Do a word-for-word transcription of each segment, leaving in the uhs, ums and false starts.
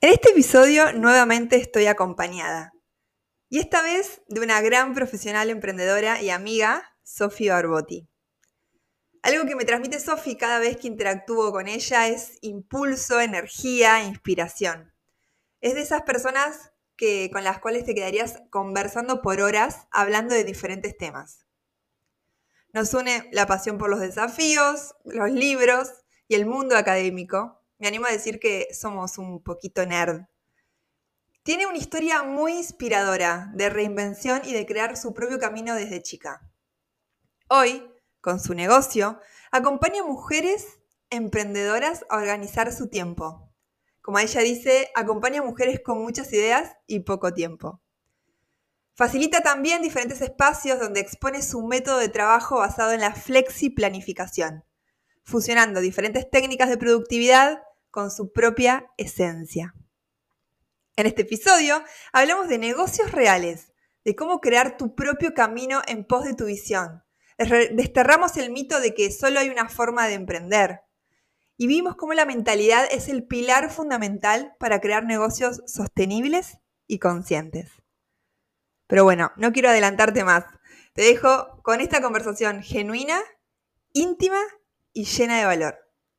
En este episodio nuevamente estoy acompañada, y esta vez de una gran profesional emprendedora y amiga, Sofi Barbotti. Algo que me transmite Sofi cada vez que interactúo con ella es impulso, energía, inspiración. Es de esas personas que, con las cuales te quedarías conversando por horas hablando de diferentes temas. Nos une la pasión por los desafíos, los libros y el mundo académico. Me animo a decir que somos un poquito nerd. Tiene una historia muy inspiradora de reinvención y de crear su propio camino desde chica. Hoy, con su negocio, acompaña a mujeres emprendedoras a organizar su tiempo. Como ella dice, acompaña a mujeres con muchas ideas y poco tiempo. Facilita también diferentes espacios donde expone su método de trabajo basado en la flexiplanificación, fusionando diferentes técnicas de productividad con su propia esencia. En este episodio hablamos de negocios reales, de cómo crear tu propio camino en pos de tu visión. Desterramos el mito de que solo hay una forma de emprender. Y vimos cómo la mentalidad es el pilar fundamental para crear negocios sostenibles y conscientes. Pero bueno, no quiero adelantarte más. Te dejo con esta conversación genuina, íntima y llena de valor.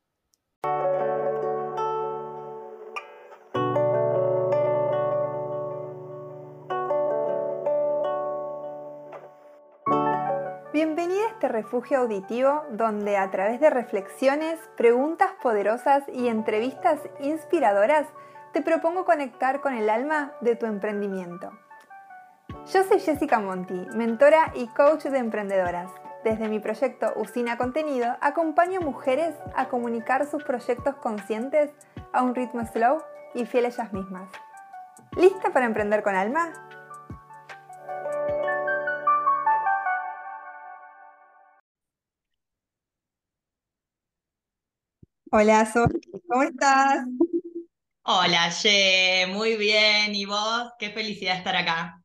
Bienvenida a este refugio auditivo donde a través de reflexiones, preguntas poderosas y entrevistas inspiradoras te propongo conectar con el alma de tu emprendimiento. Yo soy Jessica Monti, mentora y coach de emprendedoras. Desde mi proyecto Usina Contenido acompaño a mujeres a comunicar sus proyectos conscientes a un ritmo slow y fiel a ellas mismas. ¿Lista para emprender con alma? Hola, Sofi, ¿cómo estás? Hola, Ye, muy bien. ¿Y vos? Qué felicidad estar acá.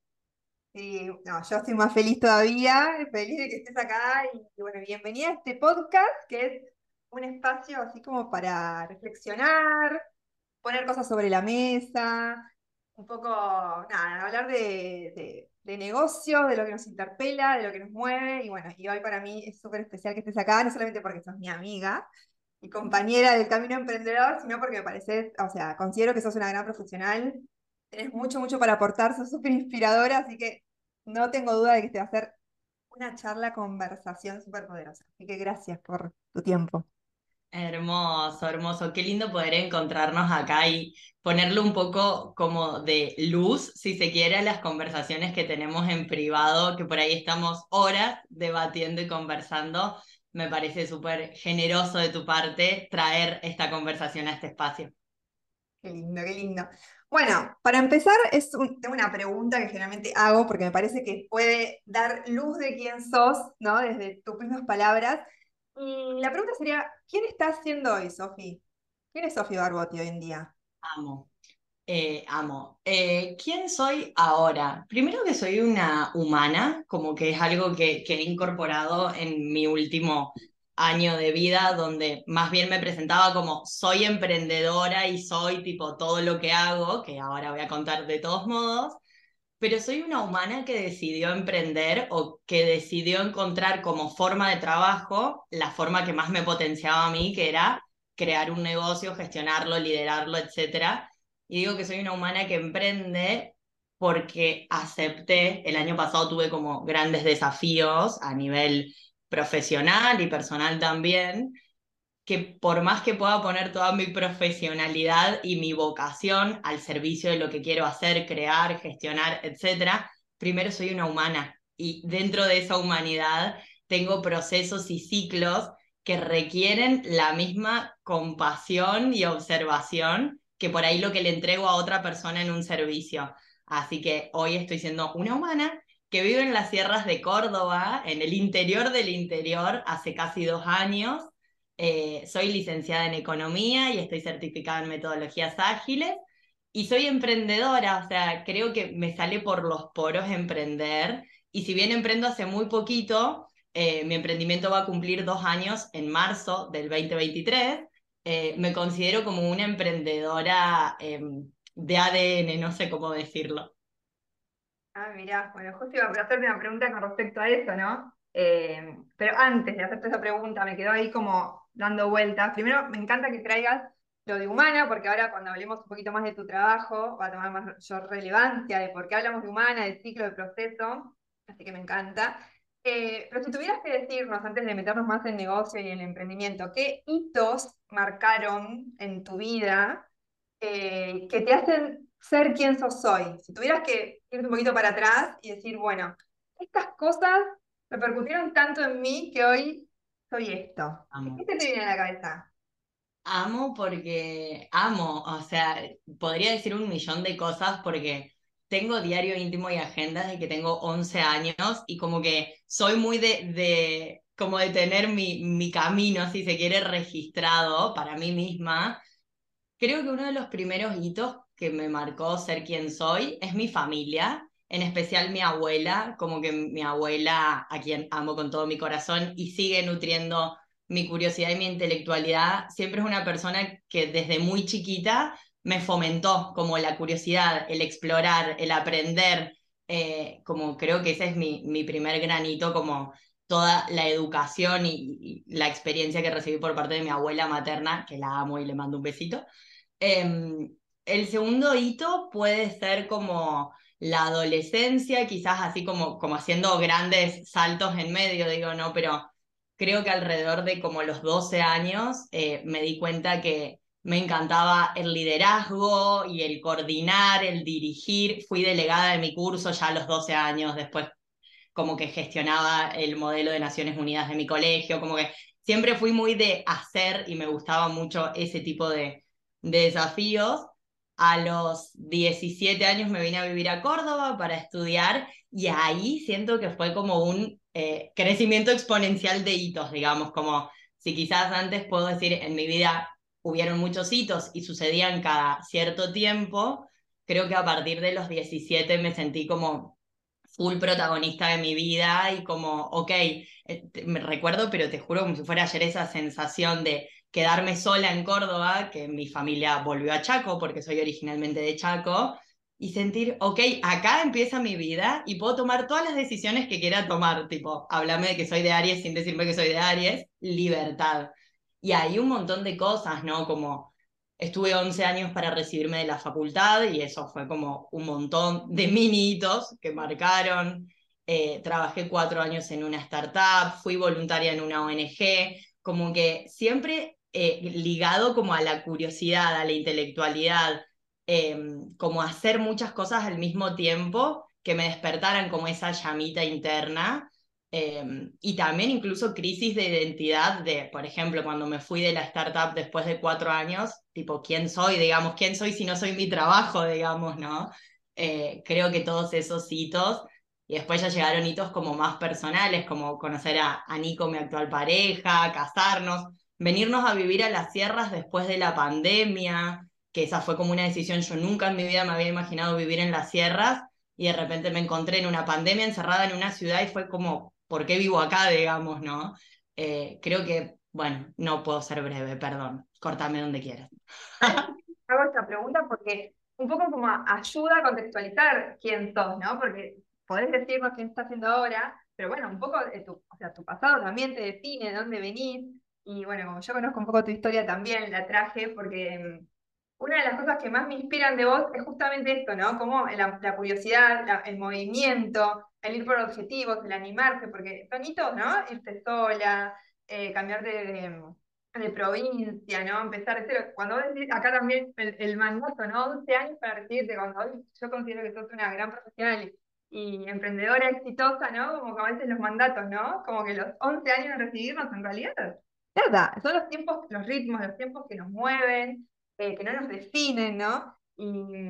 Sí, no, yo estoy más feliz todavía, feliz de que estés acá y, y bueno, bienvenida a este podcast que es un espacio así como para reflexionar, poner cosas sobre la mesa, un poco, nada, hablar de, de, de negocios, de lo que nos interpela, de lo que nos mueve y bueno, y hoy para mí es súper especial que estés acá, no solamente porque sos mi amiga y compañera del camino emprendedor, sino porque me parece, o sea, considero que sos una gran profesional, tenés mucho, mucho para aportar, sos súper inspiradora, así que no tengo duda de que te va a hacer una charla, conversación súper poderosa. Así que gracias por tu tiempo. Hermoso, hermoso. Qué lindo poder encontrarnos acá y ponerle un poco como de luz, si se quiere, a las conversaciones que tenemos en privado, que por ahí estamos horas debatiendo y conversando. Me parece súper generoso de tu parte traer esta conversación a este espacio. Qué lindo, qué lindo. Bueno, para empezar, es un- tengo una pregunta que generalmente hago porque me parece que puede dar luz de quién sos, ¿no? Desde tus mismas palabras. Y la pregunta sería, ¿quién estás siendo hoy, Sofi? ¿Quién es Sofi Barbotti hoy en día? Amo. Eh, amo. Eh, ¿quién soy ahora? Primero que soy una humana, como que es algo que, que he incorporado en mi último año de vida, donde más bien me presentaba como soy emprendedora y soy tipo todo lo que hago, que ahora voy a contar de todos modos, pero soy una humana que decidió emprender o que decidió encontrar como forma de trabajo la forma que más me potenciaba a mí, que era crear un negocio, gestionarlo, liderarlo, etcétera. Y digo que soy una humana que emprende porque acepté, el año pasado tuve como grandes desafíos a nivel profesional y personal también, que por más que pueda poner toda mi profesionalidad y mi vocación al servicio de lo que quiero hacer, crear, gestionar, etcétera, primero soy una humana y dentro de esa humanidad tengo procesos y ciclos que requieren la misma compasión y observación que por ahí lo que le entrego a otra persona en un servicio. Así que hoy estoy siendo una humana que vive en las sierras de Córdoba, en el interior del interior, hace casi dos años. Eh, soy licenciada en economía y estoy certificada en metodologías ágiles y soy emprendedora, o sea, creo que me sale por los poros emprender y si bien emprendo hace muy poquito, eh, mi emprendimiento va a cumplir dos años en marzo del dos mil veintitrés, eh, me considero como una emprendedora eh, de A D N, no sé cómo decirlo. Ah, mirá, bueno, justo iba a hacerte una pregunta con respecto a eso, ¿no? Eh, pero antes de hacerte esa pregunta, me quedó ahí como dando vueltas. Primero, me encanta que traigas lo de humana, porque ahora cuando hablemos un poquito más de tu trabajo, va a tomar mayor relevancia de por qué hablamos de humana, del ciclo de proceso, así que me encanta. Eh, pero si tuvieras que decirnos, antes de meternos más en negocio y en emprendimiento, ¿qué hitos marcaron en tu vida eh, que te hacen ser quien sos hoy? Si tuvieras que irte un poquito para atrás y decir, bueno, estas cosas repercutieron tanto en mí que hoy soy esto. ¿Qué Amo. te viene a la cabeza? Amo porque amo, o sea, podría decir un millón de cosas porque tengo diario íntimo y agenda desde que tengo once años y como que soy muy de, de como de tener mi, mi camino, si se quiere, registrado para mí misma. Creo que uno de los primeros hitos que me marcó ser quien soy es mi familia, en especial mi abuela, como que mi abuela, a quien amo con todo mi corazón y sigue nutriendo mi curiosidad y mi intelectualidad, siempre es una persona que desde muy chiquita me fomentó como la curiosidad, el explorar, el aprender, eh, como creo que ese es mi, mi primer granito, como toda la educación y, y la experiencia que recibí por parte de mi abuela materna, que la amo y le mando un besito. Em, el segundo hito puede ser como la adolescencia, quizás así como, como haciendo grandes saltos en medio, digo, no, pero creo que alrededor de como los doce años eh, me di cuenta que me encantaba el liderazgo y el coordinar, el dirigir. Fui delegada de mi curso ya a los doce años, después como que gestionaba el modelo de Naciones Unidas de mi colegio, como que siempre fui muy de hacer y me gustaba mucho ese tipo de, de desafíos. A los diecisiete años me vine a vivir a Córdoba para estudiar y ahí siento que fue como un eh, crecimiento exponencial de hitos, digamos, como si quizás antes puedo decir en mi vida hubieron muchos hitos y sucedían cada cierto tiempo, creo que a partir de los diecisiete me sentí como full protagonista de mi vida y como, ok, eh, te- me recuerdo, pero te juro como si fuera ayer esa sensación de quedarme sola en Córdoba, que mi familia volvió a Chaco porque soy originalmente de Chaco, y sentir, ok, acá empieza mi vida y puedo tomar todas las decisiones que quiera tomar, tipo, háblame de que soy de Aries sin decirme que soy de Aries, libertad. Y hay un montón de cosas, ¿no? Como estuve once años para recibirme de la facultad y eso fue como un montón de mini hitos que marcaron. Eh, trabajé cuatro años en una startup, fui voluntaria en una O N G, como que siempre eh, ligado como a la curiosidad, a la intelectualidad, eh, como hacer muchas cosas al mismo tiempo que me despertaran como esa llamita interna. Eh, y también incluso crisis de identidad de, por ejemplo, cuando me fui de la startup después de cuatro años, tipo, ¿quién soy? Digamos, ¿quién soy si no soy mi trabajo? Digamos, ¿no? Eh, creo que todos esos hitos, y después ya llegaron hitos como más personales, como conocer a, a Nico, mi actual pareja, casarnos, venirnos a vivir a las sierras después de la pandemia, que esa fue como una decisión, yo nunca en mi vida me había imaginado vivir en las sierras y de repente me encontré en una pandemia encerrada en una ciudad y fue como, ¿por qué vivo acá, digamos, no? Eh, creo que, bueno, no puedo ser breve, perdón. Córtame donde quieras. ¿Sabes por qué hago esta pregunta? Porque un poco como ayuda a contextualizar quién sos, ¿no? Porque podés decirnos quién estás haciendo ahora, pero bueno, un poco de tu, o sea, tu pasado también te define, de dónde venís. Y bueno, como yo conozco un poco tu historia también, la traje porque mm, una de las cosas que más me inspiran de vos es justamente esto, ¿no? Como la, la curiosidad, la- el movimiento, el ir por objetivos, el animarse, porque son hitos, ¿no? Irte sola, eh, cambiarte de, de provincia, ¿no? Empezar de cero. Cuando vos decís, acá también el, el mandato, ¿no? once años para recibirte, cuando hoy yo considero que sos una gran profesional y emprendedora exitosa, ¿no? Como que a veces los mandatos, ¿no? Como que los once años de recibirnos en realidad. Nada, son los tiempos, los ritmos, los tiempos que nos mueven, eh, que no nos definen, ¿no? Y,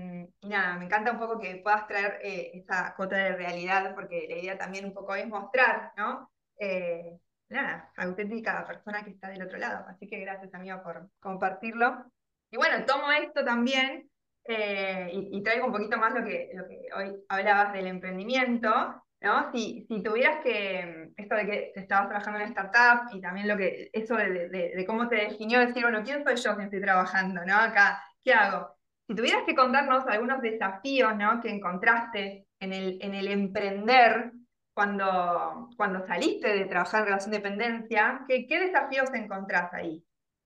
y nada, me encanta un poco que puedas traer eh, esa cuota de realidad, porque la idea también un poco es mostrar, ¿no? Eh, nada, auténtica persona que está del otro lado. Así que gracias, amiga, por compartirlo. Y bueno, tomo esto también eh, y, y traigo un poquito más lo que, lo que hoy hablabas del emprendimiento, ¿no? Si, si tuvieras que, esto de que estabas trabajando en startup y también lo que, eso de, de- de cómo te definió decir, bueno, ¿quién soy yo si estoy trabajando, ¿no? Acá, ¿qué hago? Si tuvieras que contarnos algunos desafíos, ¿no?, que encontraste en el, en el emprender cuando, cuando saliste de trabajar en relación de dependencia, ¿qué, qué desafíos encontrás ahí?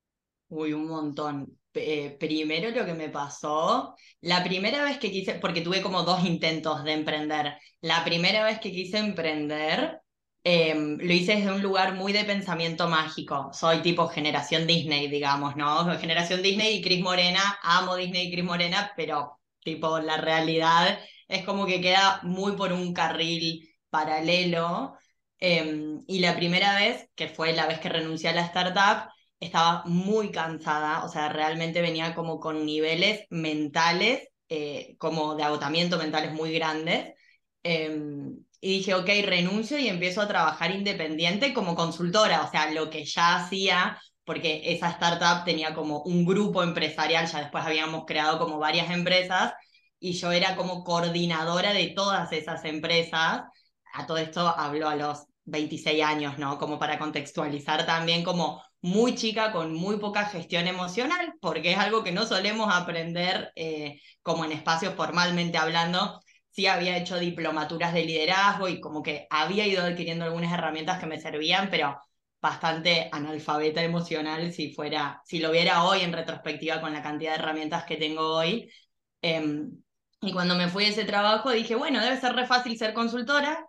Uy, un montón. Eh, primero lo que me pasó, la primera vez que quise, porque tuve como dos intentos de emprender. La primera vez que quise emprender, eh, lo hice desde un lugar muy de pensamiento mágico. Soy tipo generación Disney, digamos, ¿no? Generación Disney y Cris Morena, amo Disney y Cris Morena, pero tipo la realidad es como que queda muy por un carril paralelo. Eh, y la primera vez, que fue la vez que renuncié a la startup, estaba muy cansada, o sea, realmente venía como con niveles mentales, eh, como de agotamiento mentales muy grandes. Eh, y dije, ok, renuncio y empiezo a trabajar independiente como consultora, o sea, lo que ya hacía, porque esa startup tenía como un grupo empresarial, ya después habíamos creado como varias empresas, y yo era como coordinadora de todas esas empresas. A todo esto hablo a los veintiséis años, ¿no? Como para contextualizar también como muy chica con muy poca gestión emocional, porque es algo que no solemos aprender eh, como en espacios formalmente hablando. Sí había hecho diplomaturas de liderazgo y como que había ido adquiriendo algunas herramientas que me servían, pero bastante analfabeta emocional si fuera, si lo viera hoy en retrospectiva con la cantidad de herramientas que tengo hoy. Eh, y cuando me fui de ese trabajo dije, bueno, debe ser re fácil ser consultora,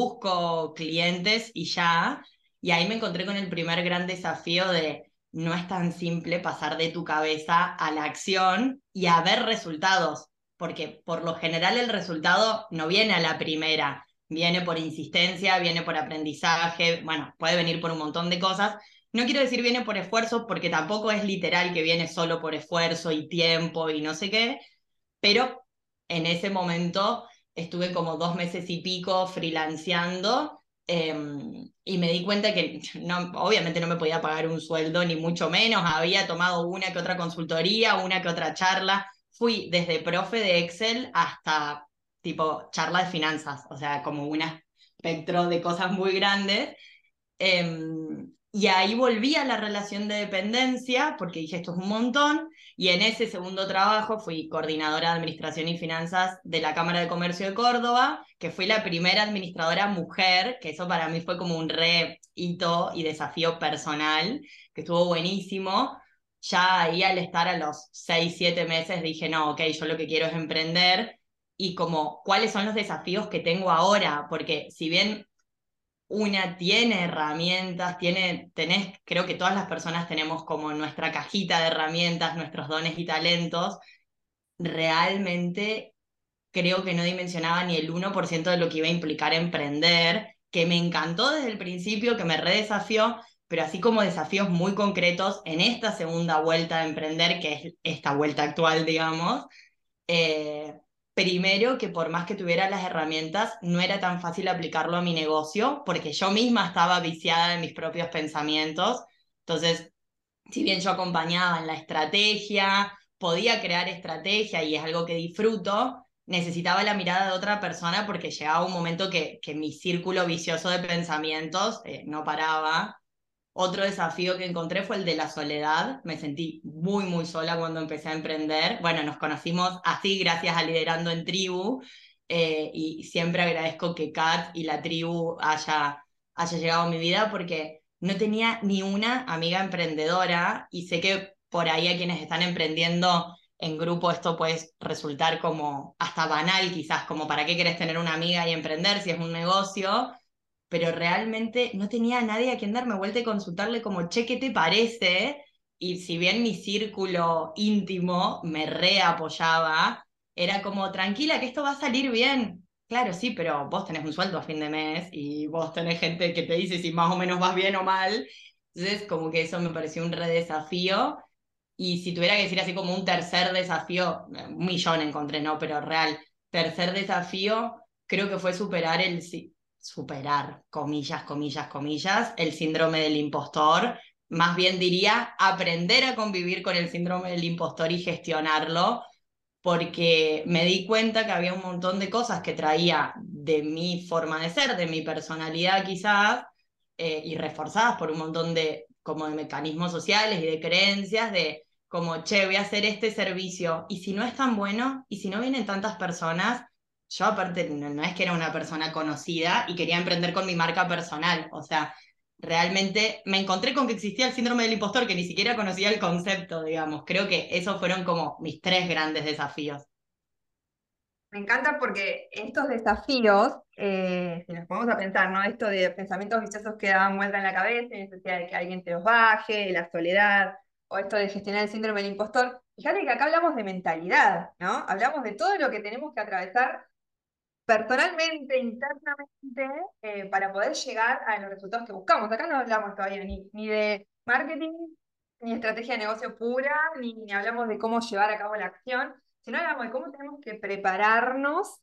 busco clientes y ya. Y ahí me encontré con el primer gran desafío de no es tan simple pasar de tu cabeza a la acción y a ver resultados, porque por lo general el resultado no viene a la primera, viene por insistencia, viene por aprendizaje, bueno, puede venir por un montón de cosas. No quiero decir viene por esfuerzo, porque tampoco es literal que viene solo por esfuerzo y tiempo y no sé qué, pero en ese momento estuve como dos meses y pico freelanceando, eh, y me di cuenta que no, obviamente no me podía pagar un sueldo, ni mucho menos. Había tomado una que otra consultoría, una que otra charla. Fui desde profe de Excel hasta tipo charla de finanzas, o sea, como un espectro de cosas muy grandes. Eh, y ahí volví a la relación de dependencia porque dije esto es un montón. Y en ese segundo trabajo fui coordinadora de Administración y Finanzas de la Cámara de Comercio de Córdoba, que fui la primera administradora mujer, que eso para mí fue como un re hito y desafío personal, que estuvo buenísimo. Ya ahí al estar a los seis, siete meses dije, no, ok, yo lo que quiero es emprender y como cuáles son los desafíos que tengo ahora, porque si bien una tiene herramientas, tiene, tenés, creo que todas las personas tenemos como nuestra cajita de herramientas, nuestros dones y talentos, realmente creo que no dimensionaba ni el uno por ciento de lo que iba a implicar emprender, que me encantó desde el principio, que me redesafió, pero así como desafíos muy concretos en esta segunda vuelta de emprender, que es esta vuelta actual, digamos. eh, Primero, que por más que tuviera las herramientas, no era tan fácil aplicarlo a mi negocio, porque yo misma estaba viciada en mis propios pensamientos. Entonces, si bien yo acompañaba en la estrategia, podía crear estrategia y es algo que disfruto, necesitaba la mirada de otra persona porque llegaba un momento que, que mi círculo vicioso de pensamientos eh, no paraba. Otro desafío que encontré fue el de la soledad. Me sentí muy, muy sola cuando empecé a emprender. Bueno, nos conocimos así gracias a Liderando en Tribu, eh, y siempre agradezco que Kat y la tribu haya, haya llegado a mi vida porque no tenía ni una amiga emprendedora y sé que por ahí a quienes están emprendiendo en grupo esto puede resultar como hasta banal quizás, como para qué querés tener una amiga y emprender si es un negocio, pero realmente no tenía a nadie a quien darme vuelta y consultarle como, che, ¿qué te parece? Y si bien mi círculo íntimo me reapoyaba, era como, tranquila, que esto va a salir bien. Claro, sí, pero vos tenés un sueldo a fin de mes y vos tenés gente que te dice si más o menos vas bien o mal. Entonces, como que eso me pareció un re desafío. Y si tuviera que decir así como un tercer desafío, un millón encontré, ¿no? Pero real, tercer desafío, creo que fue superar el, si- superar, comillas, comillas, comillas, el síndrome del impostor. Más bien diría aprender a convivir con el síndrome del impostor y gestionarlo, porque me di cuenta que había un montón de cosas que traía de mi forma de ser, de mi personalidad quizás, eh, y reforzadas por un montón de, como de mecanismos sociales y de creencias, de como, che, voy a hacer este servicio, y si no es tan bueno, y si no vienen tantas personas, yo aparte no, no es que era una persona conocida y quería emprender con mi marca personal, o sea, realmente me encontré con que existía el síndrome del impostor, que ni siquiera conocía el concepto, digamos. Creo que esos fueron como mis tres grandes desafíos. Me encanta porque estos desafíos, eh, si nos ponemos a pensar, ¿no? Esto de pensamientos viciosos que dan vuelta en la cabeza, la necesidad de que alguien te los baje, la soledad, o esto de gestionar el síndrome del impostor. Fíjate que acá hablamos de mentalidad, ¿no? Hablamos de todo lo que tenemos que atravesar personalmente, internamente, eh, para poder llegar a los resultados que buscamos. Acá no hablamos todavía ni, ni de marketing, ni estrategia de negocio pura, ni, ni hablamos de cómo llevar a cabo la acción, sino hablamos de cómo tenemos que prepararnos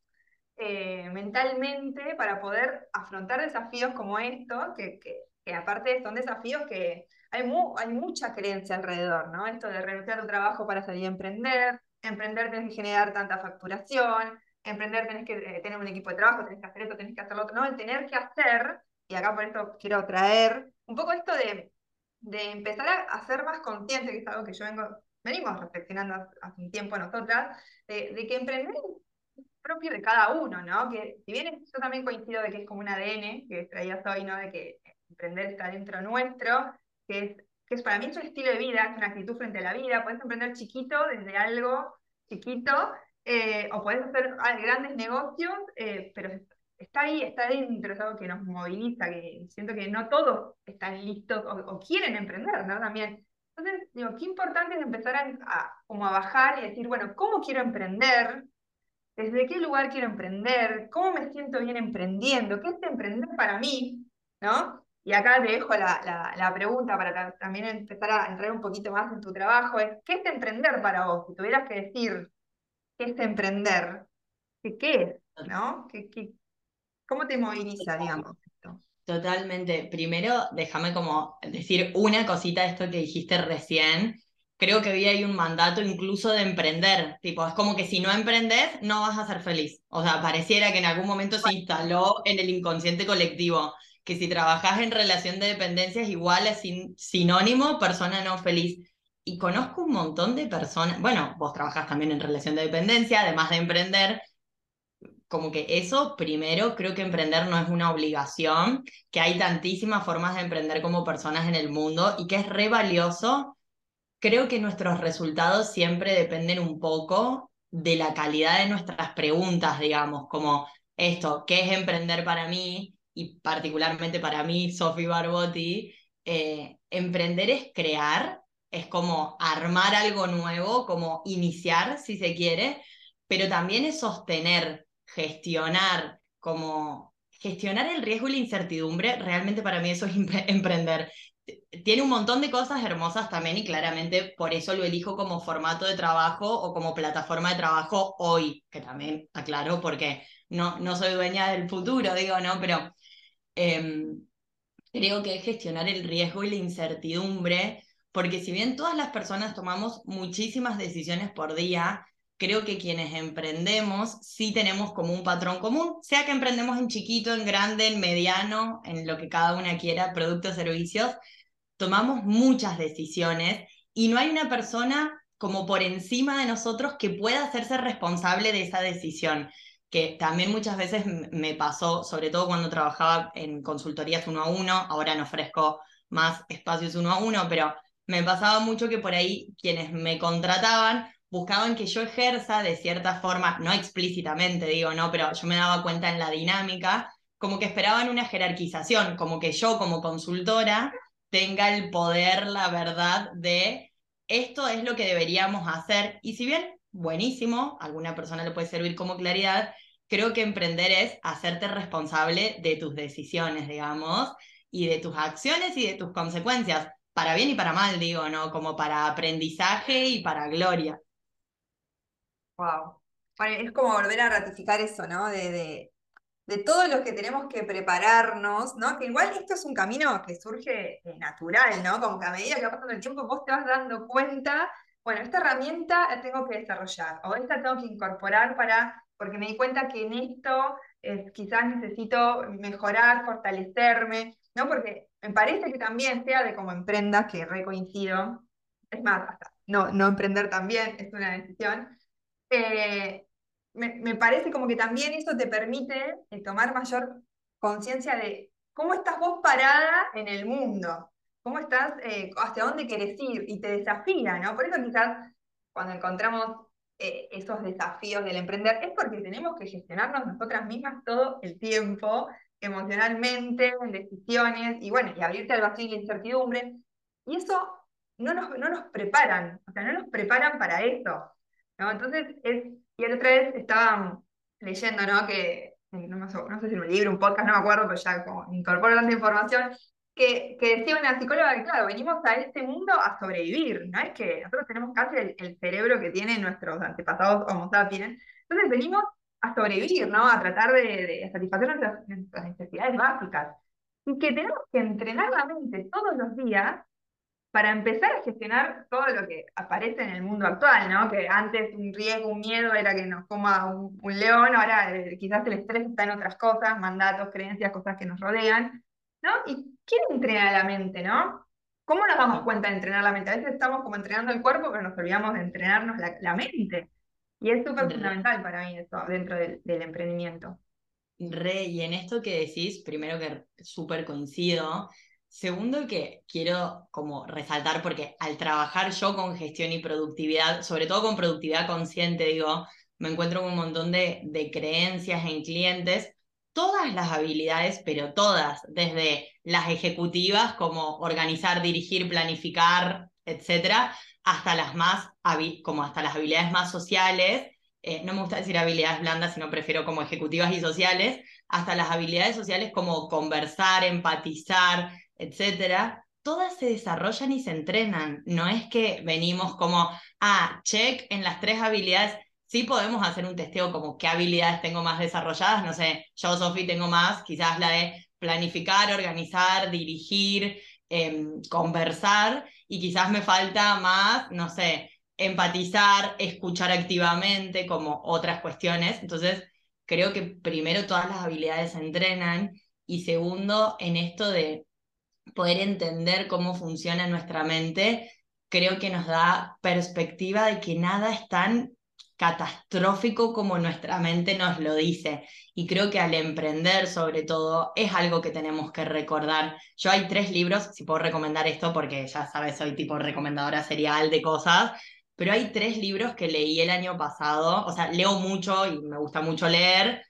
eh, mentalmente para poder afrontar desafíos como estos, que, que, que aparte son desafíos que hay, mu hay mucha creencia alrededor, ¿no? Esto de renunciar a tu trabajo para salir a emprender, emprender tienes que generar tanta facturación, emprender tenés que eh, tener un equipo de trabajo, tenés que hacer esto, tenés que hacer lo otro, no, el tener que hacer, y acá por esto quiero traer un poco esto de, de empezar a, a ser más consciente, que es algo que yo vengo, venimos reflexionando hace, hace un tiempo nosotras, de, de que emprender propio de cada uno, ¿no? Que si bien yo también coincido de que es como un A D N que traías hoy, ¿no? De que emprender está dentro nuestro, que es, que es para mí es un estilo de vida, es una actitud frente a la vida, puedes emprender chiquito, desde algo chiquito, eh, o puedes hacer ah, grandes negocios, eh, pero está ahí, está dentro, es algo que nos moviliza, que siento que no todos están listos o, o quieren emprender, ¿no? También. Entonces, digo, qué importante es empezar a, a, como a bajar y decir, bueno, ¿cómo quiero emprender? ¿Desde qué lugar quiero emprender? ¿Cómo me siento bien emprendiendo? ¿Qué es emprender para mí? ¿No? Y acá te dejo la, la, la pregunta para ta- también empezar a entrar un poquito más en tu trabajo. Es, ¿qué es emprender para vos? Si tuvieras que decir qué es emprender, ¿qué, qué es? ¿No? ¿Qué, qué- cómo te moviliza, digamos, esto? Totalmente. Primero, déjame como decir una cosita de esto que dijiste recién. Creo que había ahí un mandato incluso de emprender. Tipo, es como que si no emprendes, no vas a ser feliz. O sea, pareciera que en algún momento se instaló en el inconsciente colectivo que si trabajas en relación de dependencia es igual a sin- sinónimo persona no feliz. Y conozco un montón de personas, bueno, vos trabajás también en relación de dependencia, además de emprender, como que eso, primero, creo que emprender no es una obligación, que hay tantísimas formas de emprender como personas en el mundo y que es re valioso. Creo que nuestros resultados siempre dependen un poco de la calidad de nuestras preguntas, digamos, como esto, ¿qué es emprender para mí? Y particularmente para mí, Sofi Barbotti, eh, emprender es crear, es como armar algo nuevo, como iniciar, si se quiere, pero también es sostener, gestionar, como gestionar el riesgo y la incertidumbre, realmente para mí eso es emprender. Tiene un montón de cosas hermosas también y claramente por eso lo elijo como formato de trabajo o como plataforma de trabajo hoy, que también aclaro porque no, no soy dueña del futuro, digo, ¿no? Pero eh, creo que es gestionar el riesgo y la incertidumbre, porque si bien todas las personas tomamos muchísimas decisiones por día, creo que quienes emprendemos sí tenemos como un patrón común, sea que emprendemos en chiquito, en grande, en mediano, en lo que cada una quiera, productos, servicios, tomamos muchas decisiones y no hay una persona como por encima de nosotros que pueda hacerse responsable de esa decisión, que también muchas veces m- me pasó, sobre todo cuando trabajaba en consultorías uno a uno, ahora no ofrezco más espacios uno a uno, pero me pasaba mucho que por ahí quienes me contrataban buscaban que yo ejerza de cierta forma, no explícitamente digo, no, pero yo me daba cuenta en la dinámica, como que esperaban una jerarquización, como que yo como consultora tenga el poder, la verdad, de esto es lo que deberíamos hacer. Y si bien, buenísimo, a alguna persona le puede servir como claridad, creo que emprender es hacerte responsable de tus decisiones, digamos, y de tus acciones y de tus consecuencias, para bien y para mal, digo, ¿no? Como para aprendizaje y para gloria. Wow. Bueno, es como volver a ratificar eso, ¿no? De, de, de todo lo que tenemos que prepararnos, ¿no? Que igual esto es un camino que surge eh, natural, ¿no? Como que a medida que va pasando el tiempo vos te vas dando cuenta, bueno, esta herramienta la tengo que desarrollar, o esta tengo que incorporar para, porque me di cuenta que en esto eh, quizás necesito mejorar, fortalecerme, ¿no? Porque me parece que también sea de como emprenda, que re coincido, es más, hasta no, no emprender también es una decisión. Eh, me, me parece como que también eso te permite eh, tomar mayor conciencia de cómo estás vos parada en el mundo, cómo estás, eh, hacia dónde querés ir y te desafía, ¿no? Por eso quizás cuando encontramos eh, esos desafíos del emprender es porque tenemos que gestionarnos nosotras mismas todo el tiempo, emocionalmente, en decisiones, y bueno, y abrirte al vacío y la incertidumbre. Y eso no nos, no nos preparan, o sea, no nos preparan para eso. ¿No? Entonces, es, y la otra vez estaba leyendo, ¿no? Que, no, me acuerdo, no sé si era un libro, un podcast, no me acuerdo, pero ya como incorporo tanta información, que, que decía una psicóloga que, claro, venimos a este mundo a sobrevivir, ¿no? Es que nosotros tenemos casi el, el cerebro que tienen nuestros antepasados Homo sapiens, entonces venimos a sobrevivir, ¿no? A tratar de, de satisfacer nuestras, nuestras necesidades básicas. Y que tenemos que entrenar la mente todos los días para empezar a gestionar todo lo que aparece en el mundo actual, ¿no? Que antes un riesgo, un miedo era que nos coma un, un león, ahora eh, quizás el estrés está en otras cosas, mandatos, creencias, cosas que nos rodean, ¿no? ¿Y quién entrena la mente, no? ¿Cómo nos damos cuenta de entrenar la mente? A veces estamos como entrenando el cuerpo, pero nos olvidamos de entrenarnos la, la mente. Y es súper Re, fundamental para mí eso dentro del, del emprendimiento. re, y en esto que decís, primero que súper coincido. Segundo que quiero como resaltar, porque al trabajar yo con gestión y productividad, sobre todo con productividad consciente, digo, me encuentro con un montón de, de creencias en clientes, todas las habilidades, pero todas, desde las ejecutivas como organizar, dirigir, planificar, etcétera, hasta las más, habi- como hasta las habilidades más sociales. Eh, no me gusta decir habilidades blandas, sino prefiero como ejecutivas y sociales, hasta las habilidades sociales como conversar, empatizar, etcétera, todas se desarrollan y se entrenan. No es que venimos como, ah, check en las tres habilidades. Sí podemos hacer un testeo como qué habilidades tengo más desarrolladas. No sé, yo, Sofi, tengo más, quizás la de planificar, organizar, dirigir, eh, conversar, y quizás me falta más, no sé, empatizar, escuchar activamente, como otras cuestiones. Entonces, creo que primero todas las habilidades se entrenan, y segundo, en esto de poder entender cómo funciona nuestra mente, creo que nos da perspectiva de que nada es tan catastrófico como nuestra mente nos lo dice. Y creo que al emprender, sobre todo, es algo que tenemos que recordar. Yo hay tres libros, si puedo recomendar esto, porque ya sabes, soy tipo recomendadora serial de cosas, pero hay tres libros que leí el año pasado. O sea, leo mucho y me gusta mucho leer.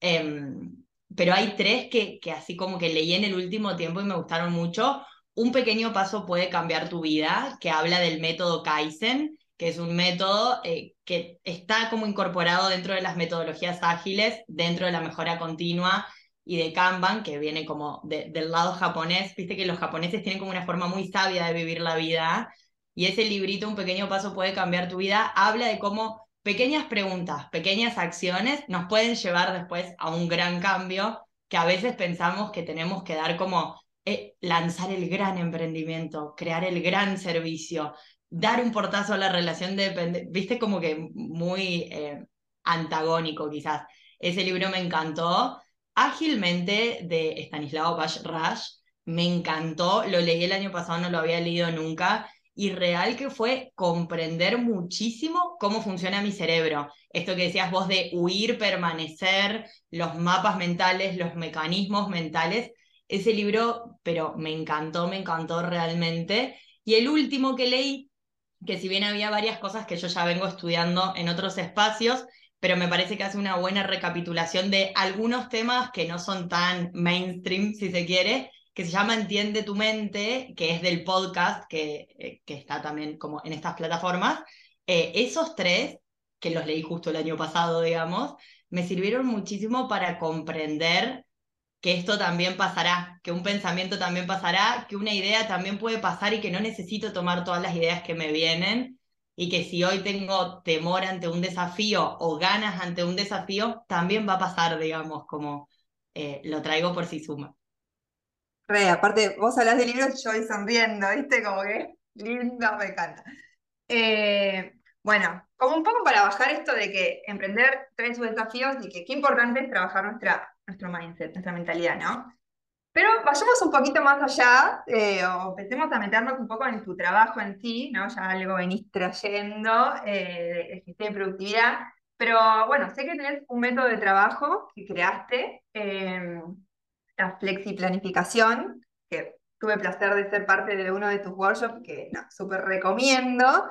em, pero hay tres que, que así como que leí en el último tiempo y me gustaron mucho. Un pequeño paso puede cambiar tu vida, que habla del método Kaizen, que es un método eh, que está como incorporado dentro de las metodologías ágiles, dentro de la mejora continua y de Kanban, que viene como de- del lado japonés. Viste que los japoneses tienen como una forma muy sabia de vivir la vida. Y ese librito, Un pequeño paso puede cambiar tu vida, habla de cómo pequeñas preguntas, pequeñas acciones nos pueden llevar después a un gran cambio, que a veces pensamos que tenemos que dar como eh, lanzar el gran emprendimiento, crear el gran servicio, dar un portazo a la relación de dependencia, viste, como que muy eh, antagónico quizás. Ese libro me encantó. Ágilmente, de Stanislao Bach-Raj, me encantó, lo leí el año pasado, no lo había leído nunca, y real que fue comprender muchísimo cómo funciona mi cerebro. Esto que decías vos de huir, permanecer, los mapas mentales, los mecanismos mentales, ese libro, pero me encantó, me encantó realmente. Y el último que leí, que si bien había varias cosas que yo ya vengo estudiando en otros espacios, pero me parece que hace una buena recapitulación de algunos temas que no son tan mainstream, si se quiere, que se llama Entiende tu mente, que es del podcast, que, eh, que está también como en estas plataformas. Eh, esos tres, que los leí justo el año pasado, digamos, me sirvieron muchísimo para comprender que esto también pasará, que un pensamiento también pasará, que una idea también puede pasar y que no necesito tomar todas las ideas que me vienen, y que si hoy tengo temor ante un desafío o ganas ante un desafío, también va a pasar, digamos, como eh, lo traigo por si suma. Re, aparte, vos hablás de libros y yo voy sonriendo, ¿viste? Como que lindo, me encanta. Eh, bueno, como un poco para bajar esto de que emprender trae sus desafíos y que qué importante es trabajar nuestra, nuestro mindset, nuestra mentalidad, ¿no? Pero vayamos un poquito más allá, eh, o empecemos a meternos un poco en tu trabajo en sí, ¿no? Ya algo venís trayendo, eh, de gestión de productividad. Pero bueno, sé que tenés un método de trabajo que creaste, eh, la flexiplanificación, que tuve el placer de ser parte de uno de tus workshops, que no, súper recomiendo.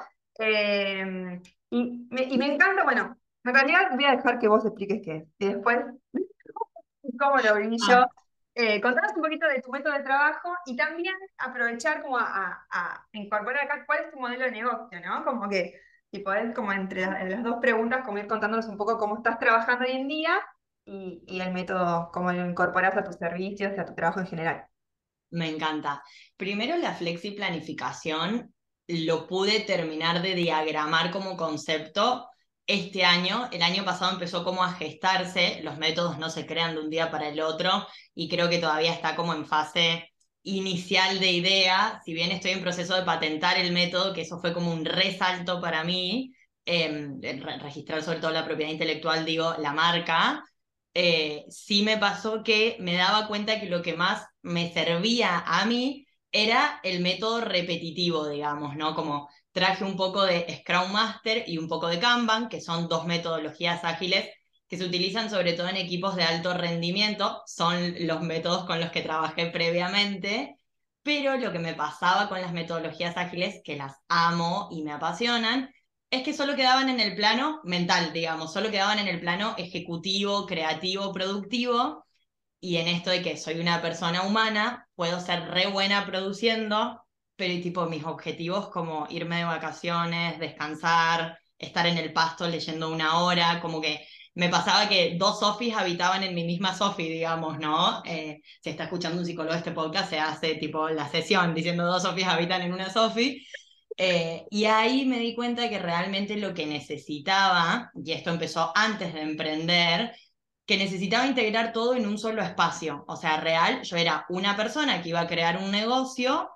Eh, y, me, y me encanta, bueno, en realidad voy a dejar que vos expliques qué es. Y después cómo lo viví yo. Ah, Eh, contanos un poquito de tu método de trabajo y también aprovechar como a, a- a incorporar acá cuál es tu modelo de negocio, ¿no? Como que si podés como entre la- en las dos preguntas como ir contándonos un poco cómo estás trabajando hoy en día y, y el método, cómo lo incorporás a tus servicios y a tu trabajo en general. me encanta. Primero, la flexiplanificación lo pude terminar de diagramar como concepto este año. El año pasado empezó como a gestarse, los métodos no se crean de un día para el otro y creo que todavía está como en fase inicial de idea, si bien estoy en proceso de patentar el método, que eso fue como un resalto para mí, eh, re- registrar sobre todo la propiedad intelectual, digo, la marca. Eh, sí me pasó que me daba cuenta que lo que más me servía a mí era el método repetitivo, digamos, ¿no? Como traje un poco de Scrum Master y un poco de Kanban, que son dos metodologías ágiles que se utilizan sobre todo en equipos de alto rendimiento, son los métodos con los que trabajé previamente, pero lo que me pasaba con las metodologías ágiles, que las amo y me apasionan, es que solo quedaban en el plano mental, digamos, solo quedaban en el plano ejecutivo, creativo, productivo, y en esto de que soy una persona humana, puedo ser re buena produciendo, pero y tipo mis objetivos como irme de vacaciones, descansar, estar en el pasto leyendo una hora, como que me pasaba que dos Sofis habitaban en mi misma Sofi, digamos, ¿no? Eh, si está escuchando un psicólogo de este podcast, se hace tipo la sesión diciendo dos Sofis habitan en una Sofi. Eh, y ahí me di cuenta que realmente lo que necesitaba, y esto empezó antes de emprender, que necesitaba integrar todo en un solo espacio. O sea, real, yo era una persona que iba a crear un negocio,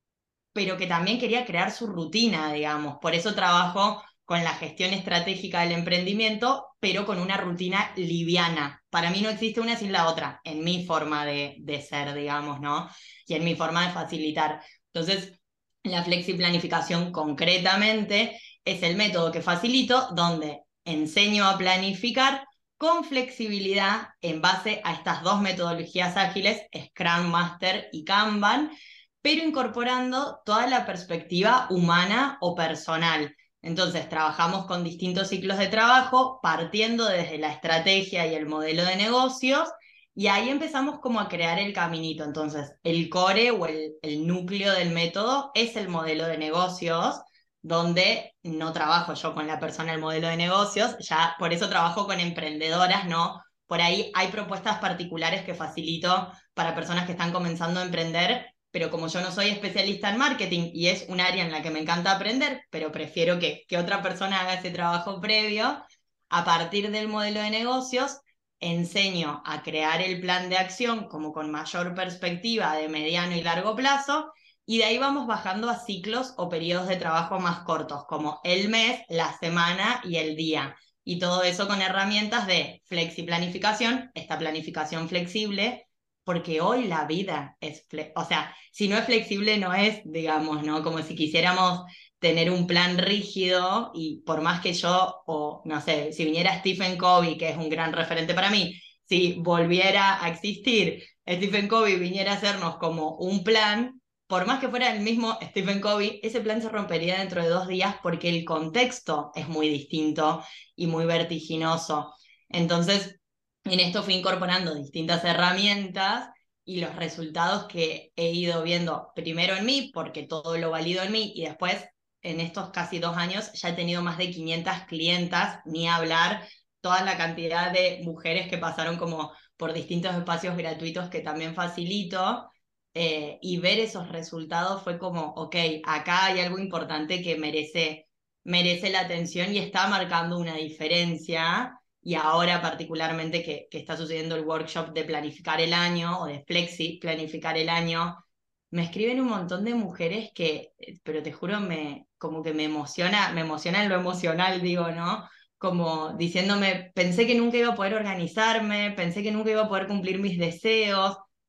pero que también quería crear su rutina, digamos. Por eso trabajo con la gestión estratégica del emprendimiento, pero con una rutina liviana. Para mí no existe una sin la otra, en mi forma de, de ser, digamos, ¿no? Y en mi forma de facilitar. Entonces, la flexiplanificación concretamente es el método que facilito donde enseño a planificar con flexibilidad en base a estas dos metodologías ágiles, Scrum Master y Kanban, pero incorporando toda la perspectiva humana o personal. Entonces, trabajamos con distintos ciclos de trabajo, partiendo desde la estrategia y el modelo de negocios, y ahí empezamos como a crear el caminito. Entonces, el core o el, el núcleo del método es el modelo de negocios, donde no trabajo yo con la persona del modelo de negocios, ya por eso trabajo con emprendedoras, ¿no? Por ahí hay propuestas particulares que facilito para personas que están comenzando a emprender, pero como yo no soy especialista en marketing y es un área en la que me encanta aprender, pero prefiero que, que otra persona haga ese trabajo previo, a partir del modelo de negocios enseño a crear el plan de acción como con mayor perspectiva de mediano y largo plazo, y de ahí vamos bajando a ciclos o periodos de trabajo más cortos, como el mes, la semana y el día. Y todo eso con herramientas de flexiplanificación, esta planificación flexible, porque hoy la vida es, fle- o sea, si no es flexible no es, digamos, ¿no? Como si quisiéramos tener un plan rígido y por más que yo, o no sé, si viniera Stephen Covey, que es un gran referente para mí, si volviera a existir Stephen Covey viniera a hacernos como un plan, por más que fuera el mismo Stephen Covey, ese plan se rompería dentro de dos días porque el contexto es muy distinto y muy vertiginoso. Entonces, en esto fui incorporando distintas herramientas y los resultados que he ido viendo primero en mí, porque todo lo valido en mí, y después en estos casi dos años ya he tenido más de quinientas clientas, ni hablar toda la cantidad de mujeres que pasaron como por distintos espacios gratuitos que también facilito, eh, y ver esos resultados fue como, ok, acá hay algo importante que merece, merece la atención y está marcando una diferencia. Y ahora particularmente que, que está sucediendo el workshop de planificar el año o de flexi planificar el año, me escriben un montón de mujeres que, eh, pero te juro, me, como que me emociona, me emociona en lo emocional, digo, ¿no? Como diciéndome, pensé que nunca iba a poder organizarme, pensé que nunca iba a poder cumplir mis deseos,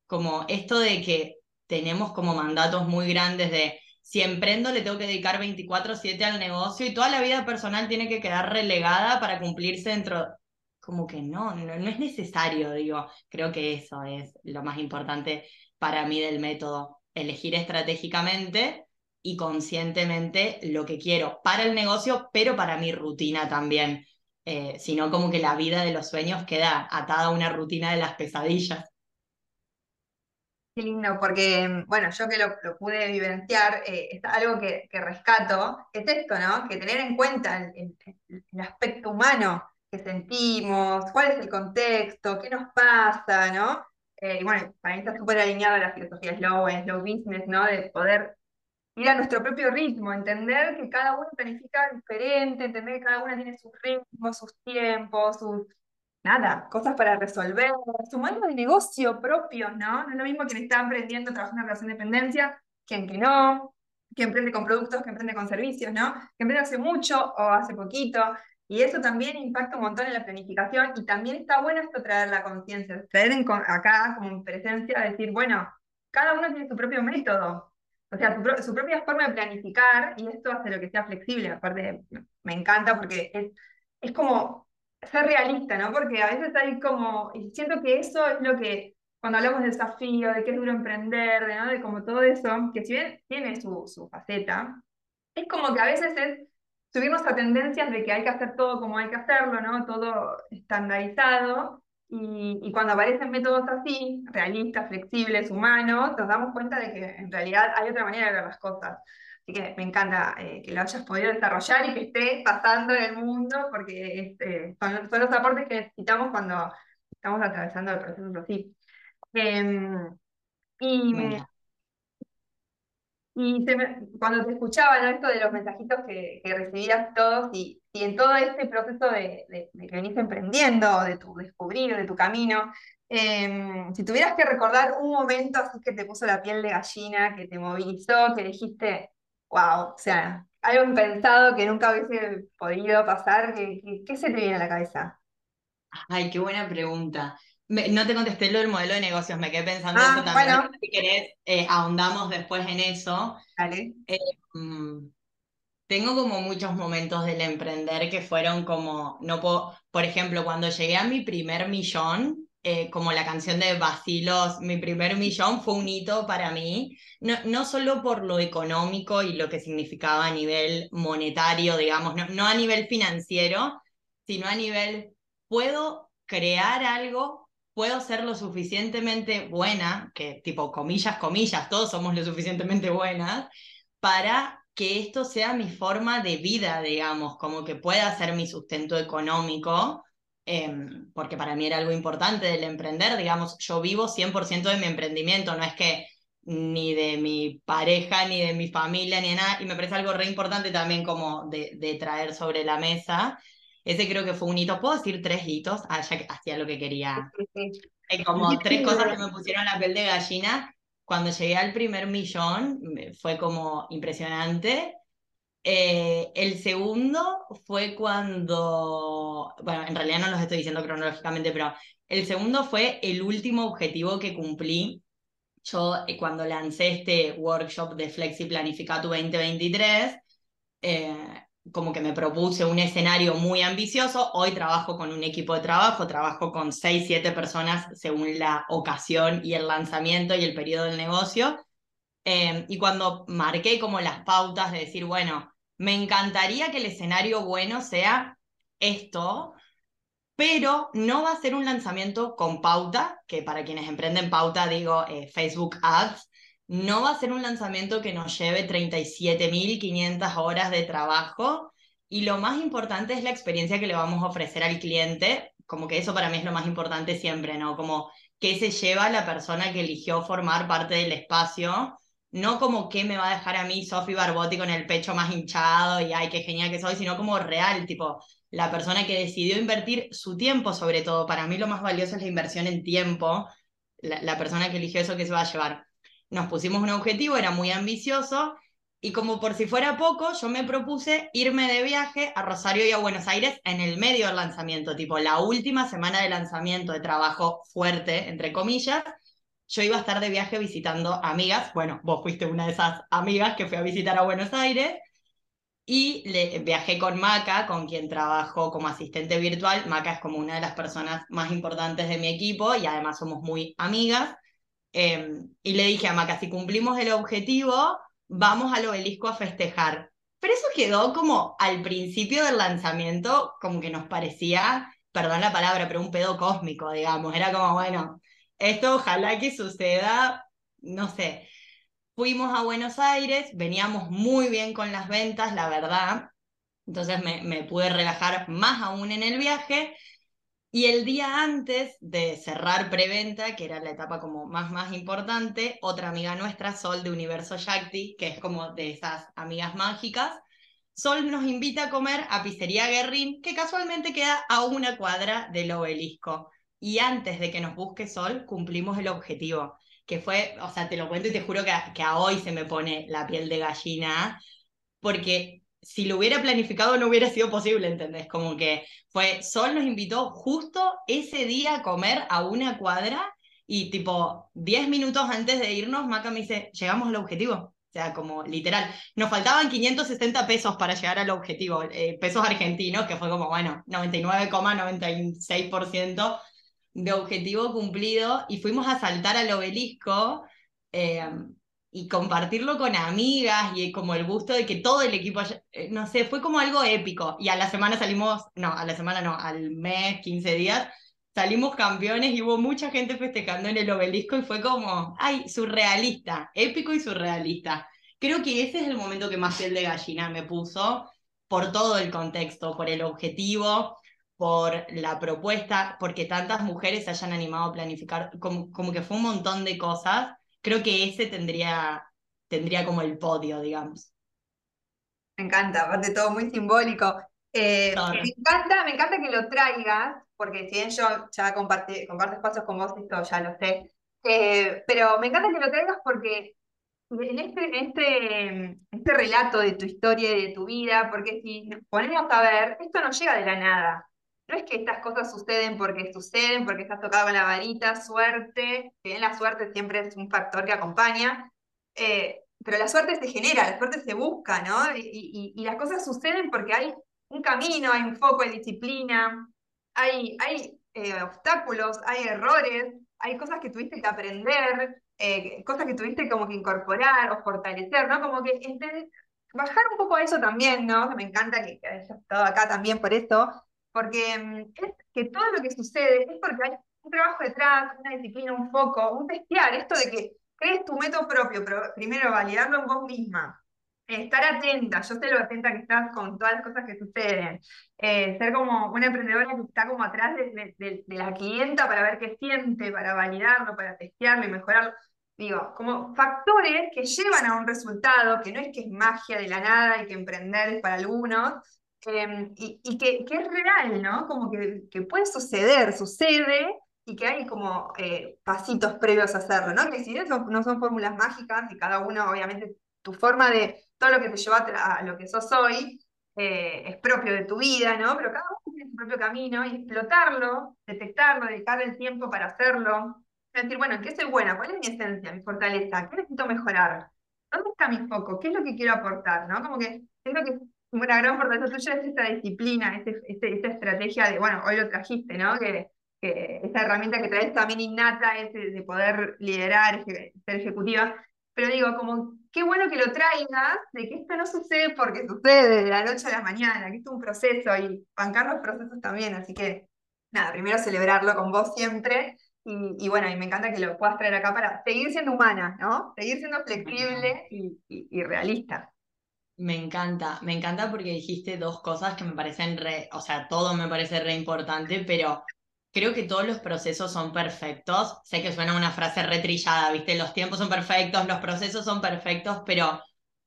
como esto de que tenemos como mandatos muy grandes de si emprendo le tengo que dedicar veinticuatro siete al negocio y toda la vida personal tiene que quedar relegada para cumplirse dentro, como que no, no, no es necesario, digo, creo que eso es lo más importante para mí del método, elegir estratégicamente y conscientemente lo que quiero para el negocio, pero para mi rutina también. Eh, sino como que la vida de los sueños queda atada a una rutina de las pesadillas. Qué lindo, porque, bueno, yo que lo, lo pude vivenciar, eh, es algo que, que rescato, es esto, ¿no? Que tener en cuenta el, el- el aspecto humano que sentimos, cuál es el contexto, qué nos pasa, ¿no? Eh, y bueno, para mí está súper alineado a la filosofía slow, en slow business, ¿no? De poder ir a nuestro propio ritmo, entender que cada uno planifica diferente, entender que cada uno tiene sus ritmos, sus tiempos, sus, nada, cosas para resolver, su modelo de negocio propios, ¿no? No es lo mismo quien está emprendiendo, trabajando en relación de dependencia, quien que no, que emprende con productos, que emprende con servicios, ¿no? Que emprende hace mucho o hace poquito. Y eso también impacta un montón en la planificación y también está bueno esto traer la conciencia, traer en con- acá como presencia, decir, bueno, cada uno tiene su propio método, o sea, su, pro- su propia forma de planificar y esto hace lo que sea flexible. Aparte, me encanta porque es, es como ser realista, ¿no? Porque a veces hay como, y siento que eso es lo que, cuando hablamos de desafío, de qué es duro emprender, de, ¿no? De como todo eso, que si bien tiene su, su faceta, es como que a veces es subirnos a tendencias de que hay que hacer todo como hay que hacerlo, ¿no? Todo estandarizado. Y, y cuando aparecen métodos así, realistas, flexibles, humanos, nos damos cuenta de que en realidad hay otra manera de ver las cosas. Así que me encanta eh, que lo hayas podido desarrollar y que esté pasando en el mundo, porque este, son, son los aportes que necesitamos cuando estamos atravesando el proceso así. Em, y Me encanta. y se me- cuando te escuchaba, ¿no? Esto de los mensajitos que, que recibías todos y, y en todo este proceso de, de- de que venís emprendiendo, de tu descubrir, de tu camino, em, si tuvieras que recordar un momento así que te puso la piel de gallina, que te movilizó, que dijiste, wow, o sea, algo impensado que nunca hubiese podido pasar, ¿qué, qué- qué se te viene a la cabeza? Ay, qué buena pregunta. Me- no te contesté lo del modelo de negocios, me quedé pensando eso Ah, también. bueno, Después, si querés, eh, ahondamos después en eso. dale. Eh, mm, Tengo como muchos momentos del emprender que fueron como, no puedo, por ejemplo, cuando llegué a mi primer millón, eh, como la canción de Bacilos, mi primer millón fue un hito para mí, no, no solo por lo económico y lo que significaba a nivel monetario, digamos, no, no a nivel financiero, sino a nivel, puedo crear algo, puedo ser lo suficientemente buena, que tipo comillas, comillas, todos somos lo suficientemente buenas para que esto sea mi forma de vida, digamos, como que pueda ser mi sustento económico, eh, porque para mí era algo importante del emprender, digamos, yo vivo cien por ciento de mi emprendimiento, no es que ni de mi pareja, ni de mi familia, ni de nada, y me parece algo re importante también como de, de traer sobre la mesa. Ese creo que fue un hito. ¿Puedo decir tres hitos? Ah, ya que hacía lo que quería. Sí, sí. Eh, como tres cosas que me pusieron la piel de gallina. Cuando llegué al primer millón, me- fue como impresionante. Eh, el segundo fue cuando, bueno, en realidad no los estoy diciendo cronológicamente, pero el segundo fue el último objetivo que cumplí. Yo eh, cuando lancé este workshop de Flexi Planifica tu dos mil veintitrés, eh, como que me propuse un escenario muy ambicioso. Hoy trabajo con un equipo de trabajo, trabajo con seis, siete personas según la ocasión y el lanzamiento y el periodo del negocio. Eh, y cuando marqué como las pautas de decir, bueno, me encantaría que el escenario bueno sea esto, pero no va a ser un lanzamiento con pauta, que para quienes emprenden pauta digo eh, Facebook Ads, no va a ser un lanzamiento que nos lleve treinta y siete mil quinientas horas de trabajo y lo más importante es la experiencia que le vamos a ofrecer al cliente, como que eso para mí es lo más importante siempre, ¿no? Como qué se lleva la persona que eligió formar parte del espacio, no como qué me va a dejar a mí Sofi Barbotti con el pecho más hinchado y ay, qué genial que soy, sino como real, tipo la persona que decidió invertir su tiempo sobre todo. Para mí lo más valioso es la inversión en tiempo. La, la persona que eligió eso que se va a llevar. Nos pusimos un objetivo, era muy ambicioso, y como por si fuera poco, yo me propuse irme de viaje a Rosario y a Buenos Aires en el medio del lanzamiento, tipo la última semana de lanzamiento de trabajo fuerte, entre comillas, yo iba a estar de viaje visitando amigas, bueno, vos fuiste una de esas amigas que fui a visitar a Buenos Aires, y le, viajé con Maca, con quien trabajo como asistente virtual. Maca es como una de las personas más importantes de mi equipo y además somos muy amigas. Eh, y le dije a Maca, si cumplimos el objetivo, vamos al obelisco a festejar. Pero eso quedó como al principio del lanzamiento, como que nos parecía, perdón la palabra, pero un pedo cósmico, digamos. Era como, bueno, esto ojalá que suceda, no sé. Fuimos a Buenos Aires, veníamos muy bien con las ventas, la verdad. Entonces me, me pude relajar más aún en el viaje. Y el día antes de cerrar preventa, que era la etapa como más, más importante, otra amiga nuestra, Sol de Universo Shakti, que es como de esas amigas mágicas, Sol nos invita a comer a Pizzería Guerrín, que casualmente queda a una cuadra del obelisco. Y antes de que nos busque Sol, cumplimos el objetivo, que fue, o sea, te lo cuento y te juro que a, que a hoy se me pone la piel de gallina, porque si lo hubiera planificado no hubiera sido posible, ¿entendés? Como que fue, Sol nos invitó justo ese día a comer a una cuadra y tipo diez minutos antes de irnos, Maca me dice, llegamos al objetivo. O sea, como literal, nos faltaban quinientos sesenta pesos para llegar al objetivo, eh, pesos argentinos, que fue como, bueno, noventa y nueve coma noventa y seis por ciento de objetivo cumplido, y fuimos a saltar al obelisco. Eh, y compartirlo con amigas y como el gusto de que todo el equipo, haya- eh, no sé, fue como algo épico. Y a la semana salimos, no, a la semana no, al mes, quince días, salimos campeones y hubo mucha gente festejando en el obelisco y fue como, ay, surrealista, épico y surrealista. Creo que ese es el momento que más piel de gallina me puso por todo el contexto, por el objetivo, por la propuesta, porque tantas mujeres se hayan animado a planificar, como, como que fue un montón de cosas. Creo que ese tendría, tendría como el podio, digamos. Me encanta, aparte todo muy simbólico. Eh, me Claro. encanta, me encanta que lo traigas, porque si bien yo ya compartí, comparto espacios con vos, esto ya lo sé, eh, pero me encanta que lo traigas porque en este, en este, en este relato de tu historia y de tu vida, porque si nos ponemos a ver, esto no llega de la nada. No es que estas cosas suceden porque suceden, porque estás tocado con la varita, suerte, que bien la suerte siempre es un factor que acompaña, eh, pero la suerte se genera, la suerte se busca, ¿no? Y, y- y las cosas suceden porque hay un camino, hay un foco, hay disciplina, hay, hay eh, obstáculos, hay errores, hay cosas que tuviste que aprender, eh, cosas que tuviste como que incorporar o fortalecer, ¿no? Como que enten- bajar un poco a eso también, ¿no? Que me encanta que, que hayas estado acá también por eso, porque mm, es que todo lo que sucede es porque hay un trabajo detrás, una disciplina, un foco, un testear, esto de que crees tu método propio, pero primero validarlo en vos misma. Eh, estar atenta, yo sé lo atenta que estás con todas las cosas que suceden. Eh, ser como una emprendedora que está como atrás de, de- de- de la clienta para ver qué siente, para validarlo, para testearlo y mejorarlo. Digo, como factores que llevan a un resultado, que no es que es magia de la nada y que emprender es para algunos, eh, y, y que, que es real, ¿no? Como que, que puede suceder, sucede, y que hay como eh, pasitos previos a hacerlo, ¿no? Que si bien son- no son fórmulas mágicas, y cada uno, obviamente, tu forma de todo lo que te llevó a, tra- a lo que sos hoy eh, es propio de tu vida, ¿no? Pero cada uno tiene su propio camino y explotarlo, detectarlo, dedicarle el tiempo para hacerlo. Es decir, bueno, ¿en qué soy buena? ¿Cuál es mi esencia, mi fortaleza? ¿Qué necesito mejorar? ¿Dónde está mi foco? ¿Qué es lo que quiero aportar? ¿No? Como que siento que una gran fortaleza tuya es esta disciplina, este, este- esta estrategia de, bueno, hoy lo trajiste, ¿no? Que, que esta herramienta que traes también innata es de, de poder liderar, eje- ser ejecutiva. Pero digo, como, qué bueno que lo traigas, de que esto no sucede porque sucede de la noche a la mañana, que esto es un proceso y bancar los procesos también. Así que, nada, primero celebrarlo con vos siempre. Y, y bueno, y me encanta que lo puedas traer acá para seguir siendo humana, ¿no? Seguir siendo Me encanta. flexible y, y- y realista. Me encanta, me encanta porque dijiste dos cosas que me parecen re, o sea, todo me parece re importante, pero creo que todos los procesos son perfectos. Sé que suena una frase retrillada, ¿viste? Los tiempos son perfectos, los procesos son perfectos, pero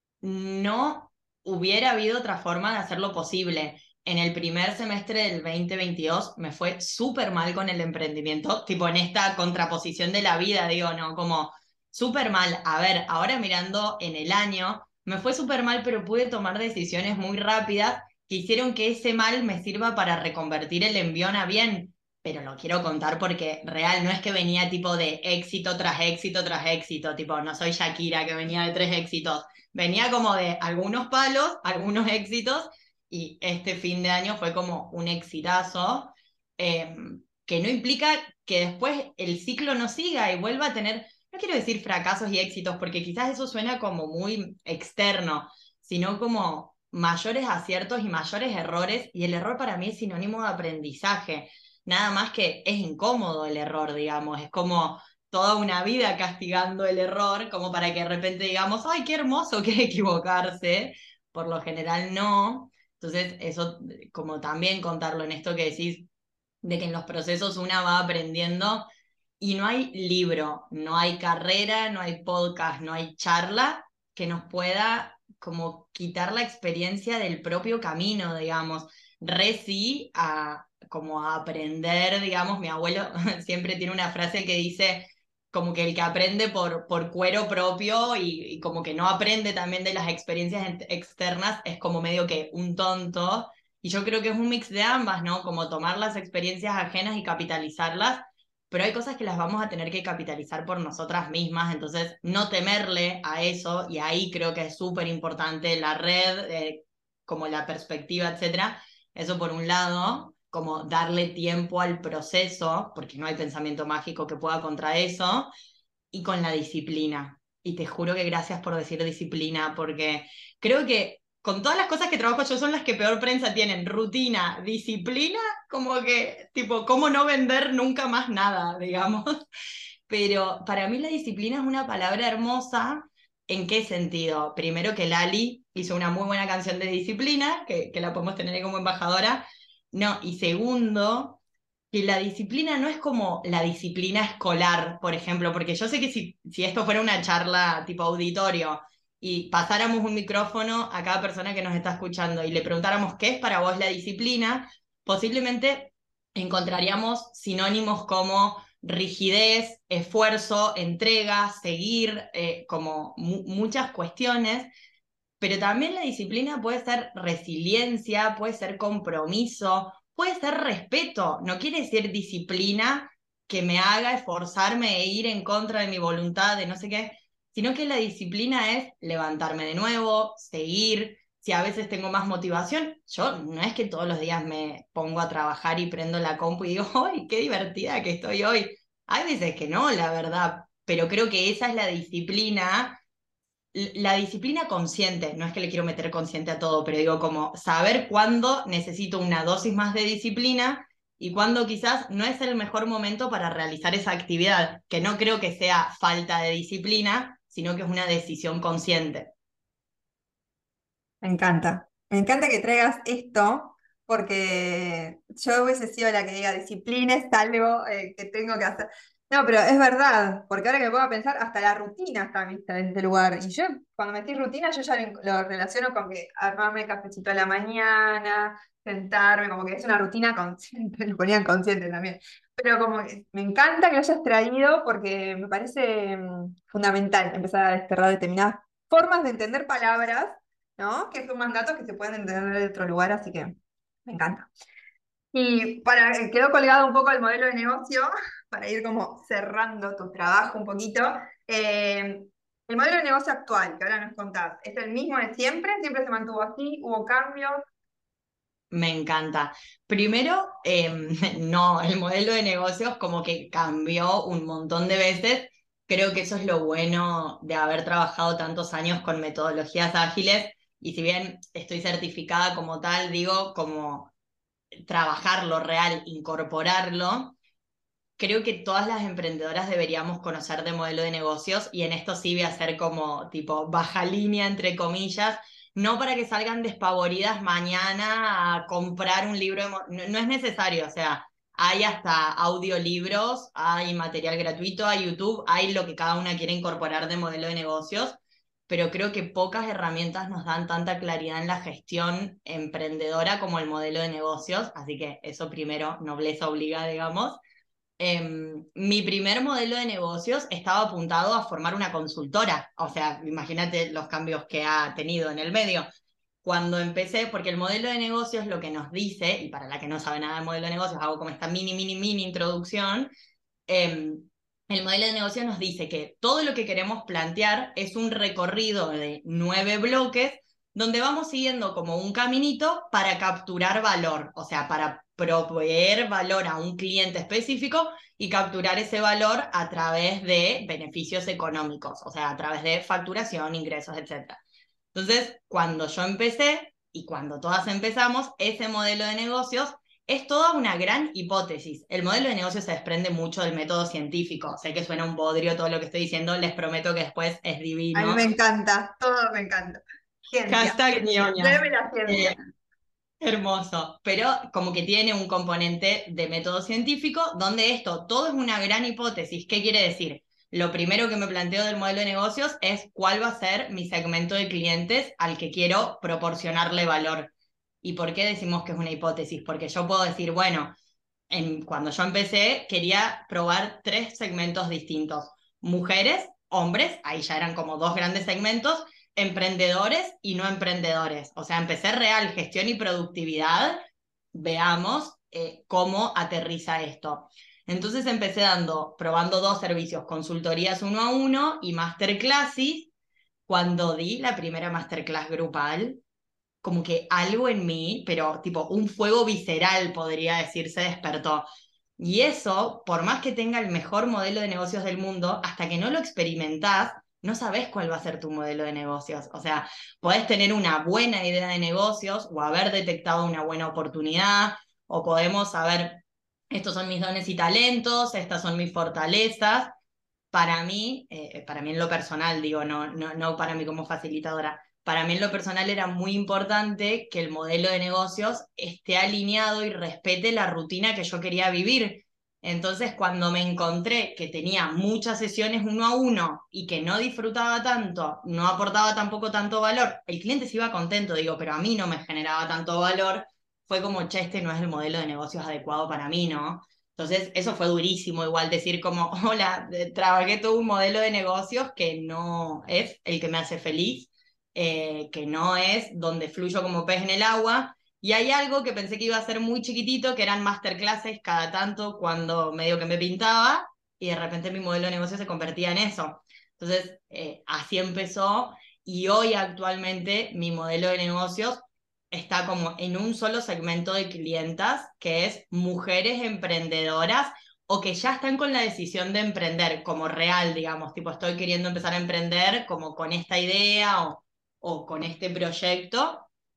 no hubiera habido otra forma de hacerlo posible. En el primer semestre del dos mil veintidós me fue súper mal con el emprendimiento, tipo en esta contraposición de la vida, digo, ¿no? Como súper mal. A ver, ahora mirando en el año, me fue súper mal, pero pude tomar decisiones muy rápidas que hicieron que ese mal me sirva para reconvertir el envión a bien. pero lo quiero contar porque real no es que venía tipo de éxito tras éxito tras éxito, tipo no soy Shakira que venía de tres éxitos, venía como de algunos palos, algunos éxitos y este fin de año fue como un exitazo, eh, que no implica que después el ciclo no siga y vuelva a tener, no quiero decir fracasos y éxitos porque quizás eso suena como muy externo, sino como mayores aciertos y mayores errores y el error para mí es sinónimo de aprendizaje. Nada más que es incómodo el error, digamos, es como toda una vida castigando el error, como para que de repente digamos, ay, qué hermoso que es equivocarse, por lo general no. Entonces, eso, como también contarlo en esto que decís, de que en los procesos una va aprendiendo y no hay libro, no hay carrera, no hay podcast, no hay charla que nos pueda como quitar la experiencia del propio camino, digamos. Re sí a como a aprender, digamos, mi abuelo siempre tiene una frase que dice como que el que aprende por, por cuero propio y, y como que no aprende también de las experiencias en- externas es como medio que un tonto. Y yo creo que es un mix de ambas, ¿no? Como tomar las experiencias ajenas y capitalizarlas, pero hay cosas que las vamos a tener que capitalizar por nosotras mismas, entonces no temerle a eso, y ahí creo que es súper importante la red, eh, como la perspectiva, etcétera. Eso por un lado, como darle tiempo al proceso, porque no hay pensamiento mágico que pueda contra eso, y con la disciplina. Y te juro que gracias por decir disciplina, porque creo que con todas las cosas que trabajo yo son las que peor prensa tienen. Rutina, disciplina, como que, tipo, cómo no vender nunca más nada, digamos. Pero para mí la disciplina es una palabra hermosa. ¿En qué sentido? Primero que Lali hizo una muy buena canción de disciplina, que, que la podemos tener ahí como embajadora. No, y segundo, que la disciplina no es como la disciplina escolar, por ejemplo, porque yo sé que si, si esto fuera una charla tipo auditorio y pasáramos un micrófono a cada persona que nos está escuchando y le preguntáramos qué es para vos la disciplina, posiblemente encontraríamos sinónimos como rigidez, esfuerzo, entrega, seguir, eh, como mu muchas cuestiones, pero también la disciplina puede ser resiliencia, puede ser compromiso, puede ser respeto. No quiere decir disciplina que me haga esforzarme e ir en contra de mi voluntad, de no sé qué, sino que la disciplina es levantarme de nuevo, seguir. Si a veces tengo más motivación, yo no es que todos los días me pongo a trabajar y prendo la compu y digo, ¡ay, qué divertida que estoy hoy! Hay veces que no, la verdad, pero creo que esa es la disciplina, la disciplina consciente, no es que le quiero meter consciente a todo, pero digo como saber cuándo necesito una dosis más de disciplina y cuándo quizás no es el mejor momento para realizar esa actividad, que no creo que sea falta de disciplina, sino que es una decisión consciente. Me encanta. Me encanta que traigas esto porque yo hubiese sido la que diga disciplina es algo eh, que tengo que hacer. No, pero es verdad, porque ahora que me pongo a pensar, hasta la rutina está vista en este lugar. Y yo, cuando metí rutina, yo ya lo, lo relaciono con que armarme el cafecito a la mañana, sentarme, como que es una rutina consciente, lo ponían consciente también. Pero como que me encanta que lo hayas traído porque me parece mm, fundamental empezar a desterrar determinadas formas de entender palabras, ¿no? Que son mandatos que se pueden entender de otro lugar, así que me encanta. Y para, eh, quedó colgado un poco el modelo de negocio, para ir como cerrando tu trabajo un poquito. Eh, el modelo de negocio actual, que ahora nos contás, ¿es el mismo de siempre? ¿Siempre se mantuvo así? ¿Hubo cambios? Me encanta. Primero, eh, no, el modelo de negocios como que cambió un montón de veces. Creo que eso es lo bueno de haber trabajado tantos años con metodologías ágiles y si bien estoy certificada como tal, digo, como trabajarlo real, incorporarlo. Creo que todas las emprendedoras deberíamos conocer de modelo de negocios y en esto sí voy a hacer como tipo baja línea, entre comillas, no para que salgan despavoridas mañana a comprar un libro, de mo- no, no es necesario, o sea, hay hasta audiolibros, hay material gratuito, hay YouTube, hay lo que cada una quiere incorporar de modelo de negocios, pero creo que pocas herramientas nos dan tanta claridad en la gestión emprendedora como el modelo de negocios, así que eso primero, nobleza obliga, digamos. Em, mi primer modelo de negocios estaba apuntado a formar una consultora, o sea, imagínate los cambios que ha tenido en el medio. cuando empecé, porque el modelo de negocios lo que nos dice, y para la que no sabe nada del modelo de negocios, hago como esta mini, mini, mini introducción. eh, el modelo de negocios nos dice que todo lo que queremos plantear es un recorrido de nueve bloques donde vamos siguiendo como un caminito para capturar valor, o sea, para proveer valor a un cliente específico y capturar ese valor a través de beneficios económicos, o sea, a través de facturación, ingresos, etcétera. Entonces, cuando yo empecé y cuando todas empezamos, ese modelo de negocios es toda una gran hipótesis. El modelo de negocios se desprende mucho del método científico. Sé que suena un bodrio todo lo que estoy diciendo, les prometo que después es A mí divino. me encanta, todo me encanta. Ciencia, Hashtag ñoña. léeme la ciencia. Eh, Hermoso, pero como que tiene un componente de método científico donde esto todo es una gran hipótesis. ¿Qué quiere decir? Lo primero que me planteo del modelo de negocios es cuál va a ser mi segmento de clientes al que quiero proporcionarle valor. ¿Y por qué decimos que es una hipótesis? Porque yo puedo decir, bueno, en, cuando yo empecé quería probar tres segmentos distintos. Mujeres, hombres, ahí ya eran como dos grandes segmentos, emprendedores y no emprendedores. O sea, empecé real, gestión y productividad. Veamos eh, cómo aterriza esto. Entonces empecé dando, probando dos servicios, consultorías uno a uno y masterclasses. Cuando di la primera masterclass grupal, como que algo en mí, pero tipo un fuego visceral, podría decirse, despertó. Y eso, por más que tenga el mejor modelo de negocios del mundo, hasta que no lo experimentás, no sabes cuál va a ser tu modelo de negocios. O sea, podés tener una buena idea de negocios o haber detectado una buena oportunidad, o podemos saber, estos son mis dones y talentos, estas son mis fortalezas. Para mí, eh, para mí en lo personal, digo, no, no, no para mí como facilitadora, para mí en lo personal era muy importante que el modelo de negocios esté alineado y respete la rutina que yo quería vivir. Entonces, cuando me encontré que tenía muchas sesiones uno a uno y que no disfrutaba tanto, no aportaba tampoco tanto valor, el cliente se iba contento, digo, pero a mí no me generaba tanto valor, fue como, che, este no es el modelo de negocios adecuado para mí, ¿no? Entonces, eso fue durísimo, igual decir como, hola, eh, trabajé todo un modelo de negocios que no es el que me hace feliz, eh, que no es donde fluyo como pez en el agua. Y hay algo que pensé que iba a ser muy chiquitito, que eran masterclasses cada tanto cuando medio que me pintaba, y de repente mi modelo de negocio se convertía en eso. Entonces, eh, así empezó, y hoy actualmente mi modelo de negocios está como en un solo segmento de clientas, que es mujeres emprendedoras o que ya están con la decisión de emprender como real, digamos, tipo estoy queriendo empezar a emprender como con esta idea o, o con este proyecto,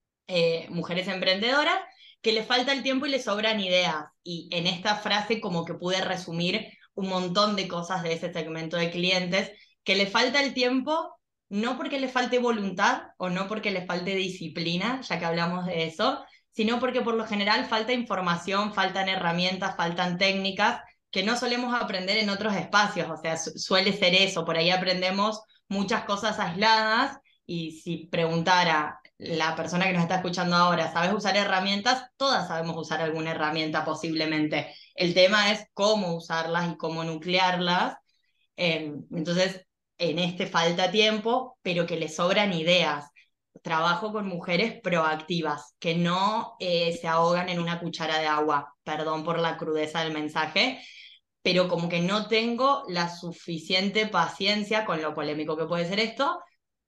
eh, mujeres emprendedoras, que les falta el tiempo y les sobran ideas. Y en esta frase como que pude resumir un montón de cosas de ese segmento de clientes, que le falta el tiempo, no porque le falte voluntad o no porque le falte disciplina, ya que hablamos de eso, sino porque por lo general falta información, faltan herramientas, faltan técnicas que no solemos aprender en otros espacios, o sea, su suele ser eso, por ahí aprendemos muchas cosas aisladas y si preguntara la persona que nos está escuchando ahora, ¿sabes usar herramientas? Todas sabemos usar alguna herramienta posiblemente. El tema es cómo usarlas y cómo nuclearlas. Eh, entonces, en este falta tiempo, pero que le sobran ideas. Trabajo con mujeres proactivas, que no eh, se ahogan en una cuchara de agua. Perdón por la crudeza del mensaje, pero como que no tengo la suficiente paciencia con lo polémico que puede ser esto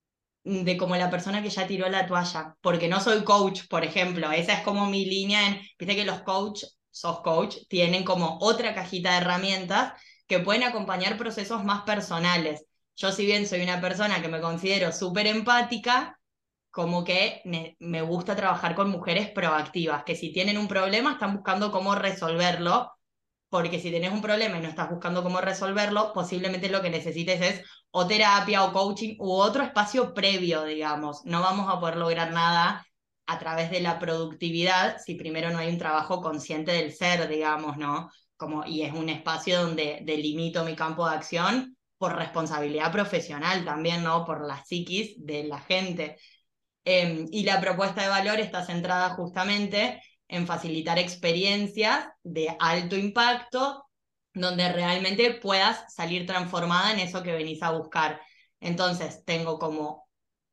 de como la persona que ya tiró la toalla, porque no soy coach, por ejemplo, esa es como mi línea en, viste que los coach, sos coach, tienen como otra cajita de herramientas que pueden acompañar procesos más personales. Yo si bien soy una persona que me considero súper empática, como que me, me gusta trabajar con mujeres proactivas, que si tienen un problema están buscando cómo resolverlo porque si tenés un problema y no estás buscando cómo resolverlo, posiblemente lo que necesites es o terapia o coaching u otro espacio previo, digamos. No vamos a poder lograr nada a través de la productividad si primero no hay un trabajo consciente del ser, digamos, ¿no? Como, y es un espacio donde delimito mi campo de acción por responsabilidad profesional también, ¿no? Por la psiquis de la gente. Eh, y la propuesta de valor está centrada justamente en facilitar experiencias de alto impacto donde realmente puedas salir transformada en eso que venís a buscar. Entonces, tengo como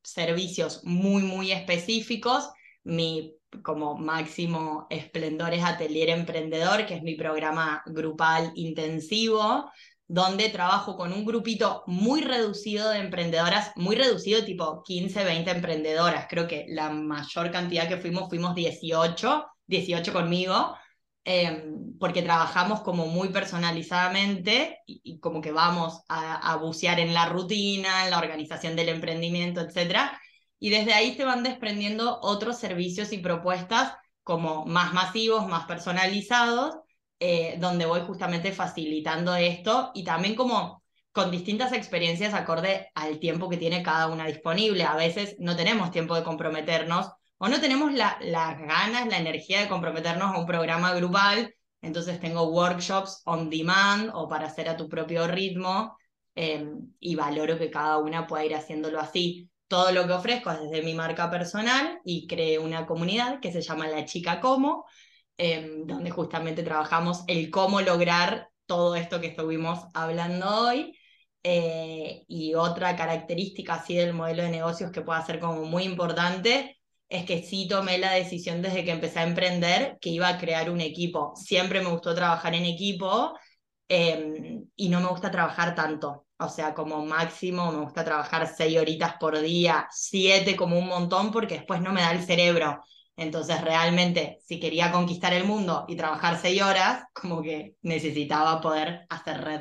servicios muy, muy específicos. Mi como máximo esplendor es Atelier Emprendedor, que es mi programa grupal intensivo, donde trabajo con un grupito muy reducido de emprendedoras, muy reducido, tipo quince, veinte emprendedoras. Creo que la mayor cantidad que fuimos, fuimos dieciocho, dieciocho conmigo, eh, porque trabajamos como muy personalizadamente y, y como que vamos a, a bucear en la rutina, en la organización del emprendimiento, etcétera. Y desde ahí se van desprendiendo otros servicios y propuestas como más masivos, más personalizados, eh, donde voy justamente facilitando esto y también como con distintas experiencias acorde al tiempo que tiene cada una disponible. A veces no tenemos tiempo de comprometernos o no tenemos la, las ganas, la energía de comprometernos a un programa grupal, entonces tengo workshops on demand o para hacer a tu propio ritmo, eh, y valoro que cada una pueda ir haciéndolo así. Todo lo que ofrezco es desde mi marca personal y creé una comunidad que se llama La Chica Como, eh, donde justamente trabajamos el cómo lograr todo esto que estuvimos hablando hoy. Eh, y otra característica así del modelo de negocios que puede ser como muy importante es que sí tomé la decisión desde que empecé a emprender que iba a crear un equipo. Siempre me gustó trabajar en equipo, eh, y no me gusta trabajar tanto. O sea, como máximo me gusta trabajar seis horitas por día, siete como un montón, porque después no me da el cerebro. Entonces, realmente, si quería conquistar el mundo y trabajar seis horas, como que necesitaba poder hacer red.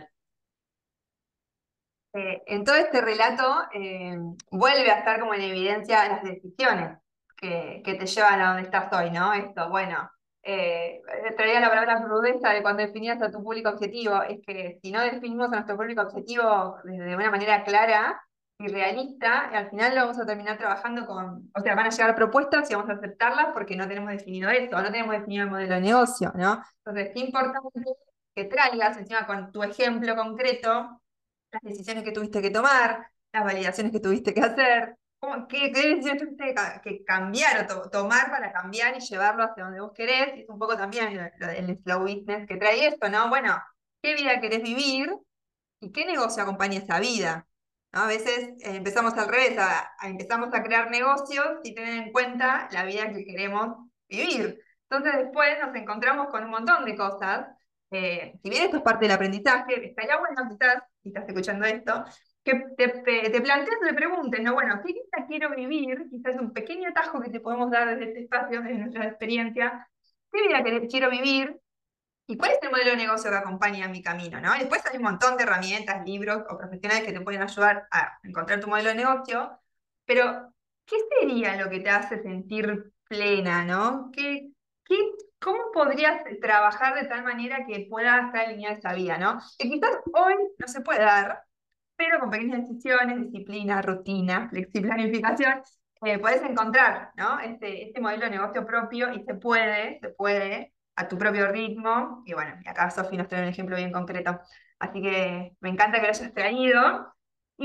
Eh, en todo este relato eh, vuelve a estar como en evidencia las decisiones que, que te llevan a donde estás hoy, ¿no? Esto, bueno, eh, traía la palabra rudeza de cuando definías a tu público objetivo, es que si no definimos a nuestro público objetivo de, de una manera clara y realista, al final lo vamos a terminar trabajando con, o sea, van a llegar propuestas y vamos a aceptarlas porque no tenemos definido eso, no tenemos definido el modelo de negocio, ¿no? Entonces, qué importante que traigas encima con tu ejemplo concreto las decisiones que tuviste que tomar, las validaciones que tuviste que hacer, cómo- qué, qué decisiones tuviste que, ca- que cambiar o to- tomar para cambiar y llevarlo hacia donde vos querés. Y es un poco también lo- lo del slow business que trae esto, ¿no? Bueno, ¿qué vida querés vivir y qué negocio acompaña esa vida? ¿No? A veces eh, empezamos al revés, a, a- empezamos a crear negocios sin tener en cuenta la vida que queremos vivir. Entonces después nos encontramos con un montón de cosas. Eh, si bien esto es parte del aprendizaje, estaría bueno quizás, si estás escuchando esto, que te, te, te plantees o te preguntes, ¿no? Bueno, ¿qué vida quiero vivir? Quizás un pequeño atajo que te podemos dar desde este espacio, desde nuestra experiencia. ¿Qué vida quere- quiero vivir? ¿Y cuál es el modelo de negocio que acompaña mi camino, ¿no? Y después hay un montón de herramientas, libros o profesionales que te pueden ayudar a encontrar tu modelo de negocio, pero ¿qué sería lo que te hace sentir plena, ¿no? ¿Qué, qué, cómo podrías trabajar de tal manera que pueda estar alineada esa vida, ¿no? Que quizás hoy no se puede dar, pero con pequeñas decisiones, disciplina, rutina, flexiplanificación, eh, puedes encontrar, ¿no? Este, este modelo de negocio propio y se puede, se puede a tu propio ritmo. Y bueno, y acá Sofi nos trae un ejemplo bien concreto. Así que me encanta que lo hayas traído.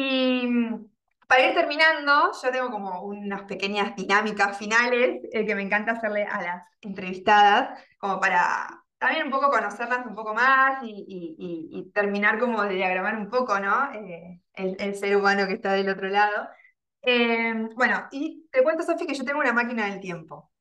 Y mm, para ir terminando, yo tengo como unas pequeñas dinámicas finales eh, que me encanta hacerle a las entrevistadas, como para también un poco conocerlas un poco más y, y- y- y terminar como de diagramar un poco, ¿no? Eh, el, el ser humano que está del otro lado. Eh, bueno, y te cuento, Sofi, que yo tengo una máquina del tiempo.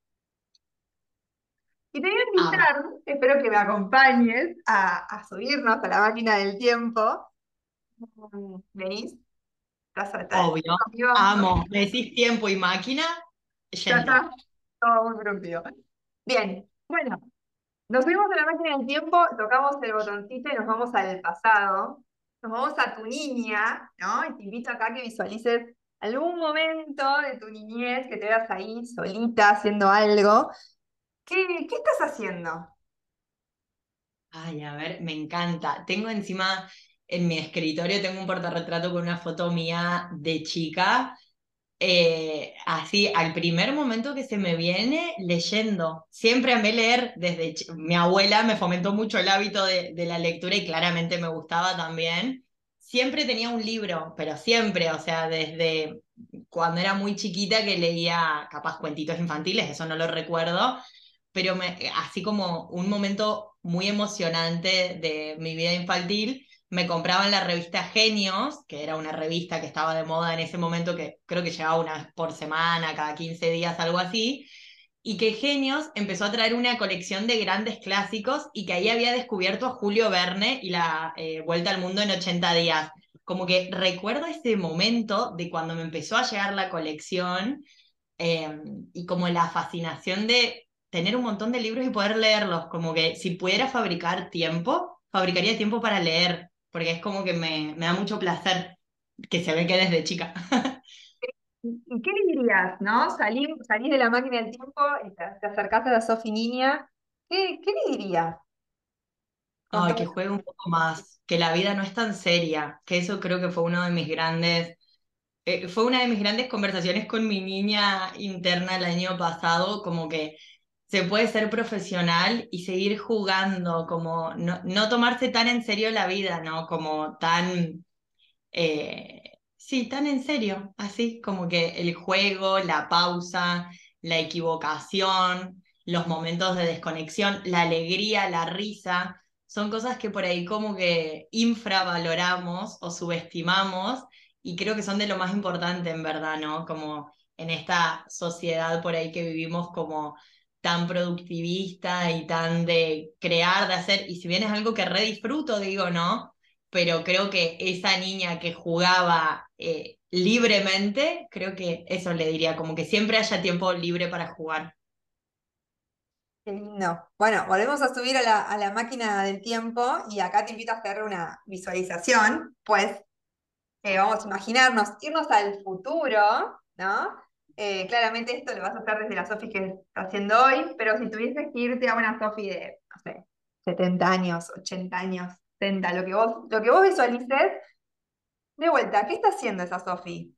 Y te voy a Amo. invitar, espero que me acompañes a, a subirnos a la máquina del tiempo. Mm, ¿Venís? ¿Estás, estás Obvio. conmigo? Amo. Me decís tiempo y máquina, Ya yendo. está, todo muy productivo. Bien, bueno, nos subimos a la máquina del tiempo, tocamos el botoncito y nos vamos al pasado. Nos vamos a tu niña, ¿no? Y te invito acá a que visualices algún momento de tu niñez, que te veas ahí solita haciendo algo. ¿Qué, qué estás haciendo? Ay, a ver, me encanta. Tengo encima en mi escritorio, tengo un portarretrato con una foto mía de chica. Eh, así, al primer momento que se me viene, leyendo. Siempre amé leer desde chi- mi abuela me fomentó mucho el hábito de, de la lectura y claramente me gustaba también. Siempre tenía un libro, pero siempre, o sea, desde cuando era muy chiquita que leía capaz cuentitos infantiles, eso no lo recuerdo, pero me, así como un momento muy emocionante de mi vida infantil me compraban la revista Genios, que era una revista que estaba de moda en ese momento, que creo que llegaba una vez por semana, cada quince días, algo así, y que Genios empezó a traer una colección de grandes clásicos y que ahí había descubierto a Julio Verne y la eh, Vuelta al Mundo en ochenta días. Como que recuerdo ese momento de cuando me empezó a llegar la colección eh, y como la fascinación de tener un montón de libros y poder leerlos, como que si pudiera fabricar tiempo, fabricaría tiempo para leer, porque es como que me, me da mucho placer, que se ve que desde chica. ¿Y qué le dirías, no? Salís, salís de la máquina del tiempo y te, te acercás a la Sofi niña. ¿Qué, qué le dirías con Ay, todo que esto? juegue un poco más, que la vida no es tan seria, que eso creo que fue uno de mis grandes, eh, fue una de mis grandes conversaciones con mi niña interna el año pasado, como que se puede ser profesional y seguir jugando, como no, no tomarse tan en serio la vida, ¿no? Como tan, eh, sí, tan en serio, así como que el juego, la pausa, la equivocación, los momentos de desconexión, la alegría, la risa, son cosas que por ahí como que infravaloramos o subestimamos y creo que son de lo más importante en verdad, ¿no? Como en esta sociedad por ahí que vivimos como tan productivista y tan de crear, de hacer, y si bien es algo que re disfruto, digo, ¿no? Pero creo que esa niña que jugaba eh, libremente, creo que eso le diría, como que siempre haya tiempo libre para jugar. Qué lindo. Bueno, volvemos a subir a la, a la máquina del tiempo y acá te invito a hacer una visualización, pues eh, vamos a imaginarnos, irnos al futuro, ¿no? Eh, claramente esto lo vas a hacer desde la Sofi que está haciendo hoy, pero si tuvieses que irte a una Sofi de, no sé, setenta años, ochenta años, setenta, lo que vos, lo que vos visualices, de vuelta, ¿qué está haciendo esa Sofi?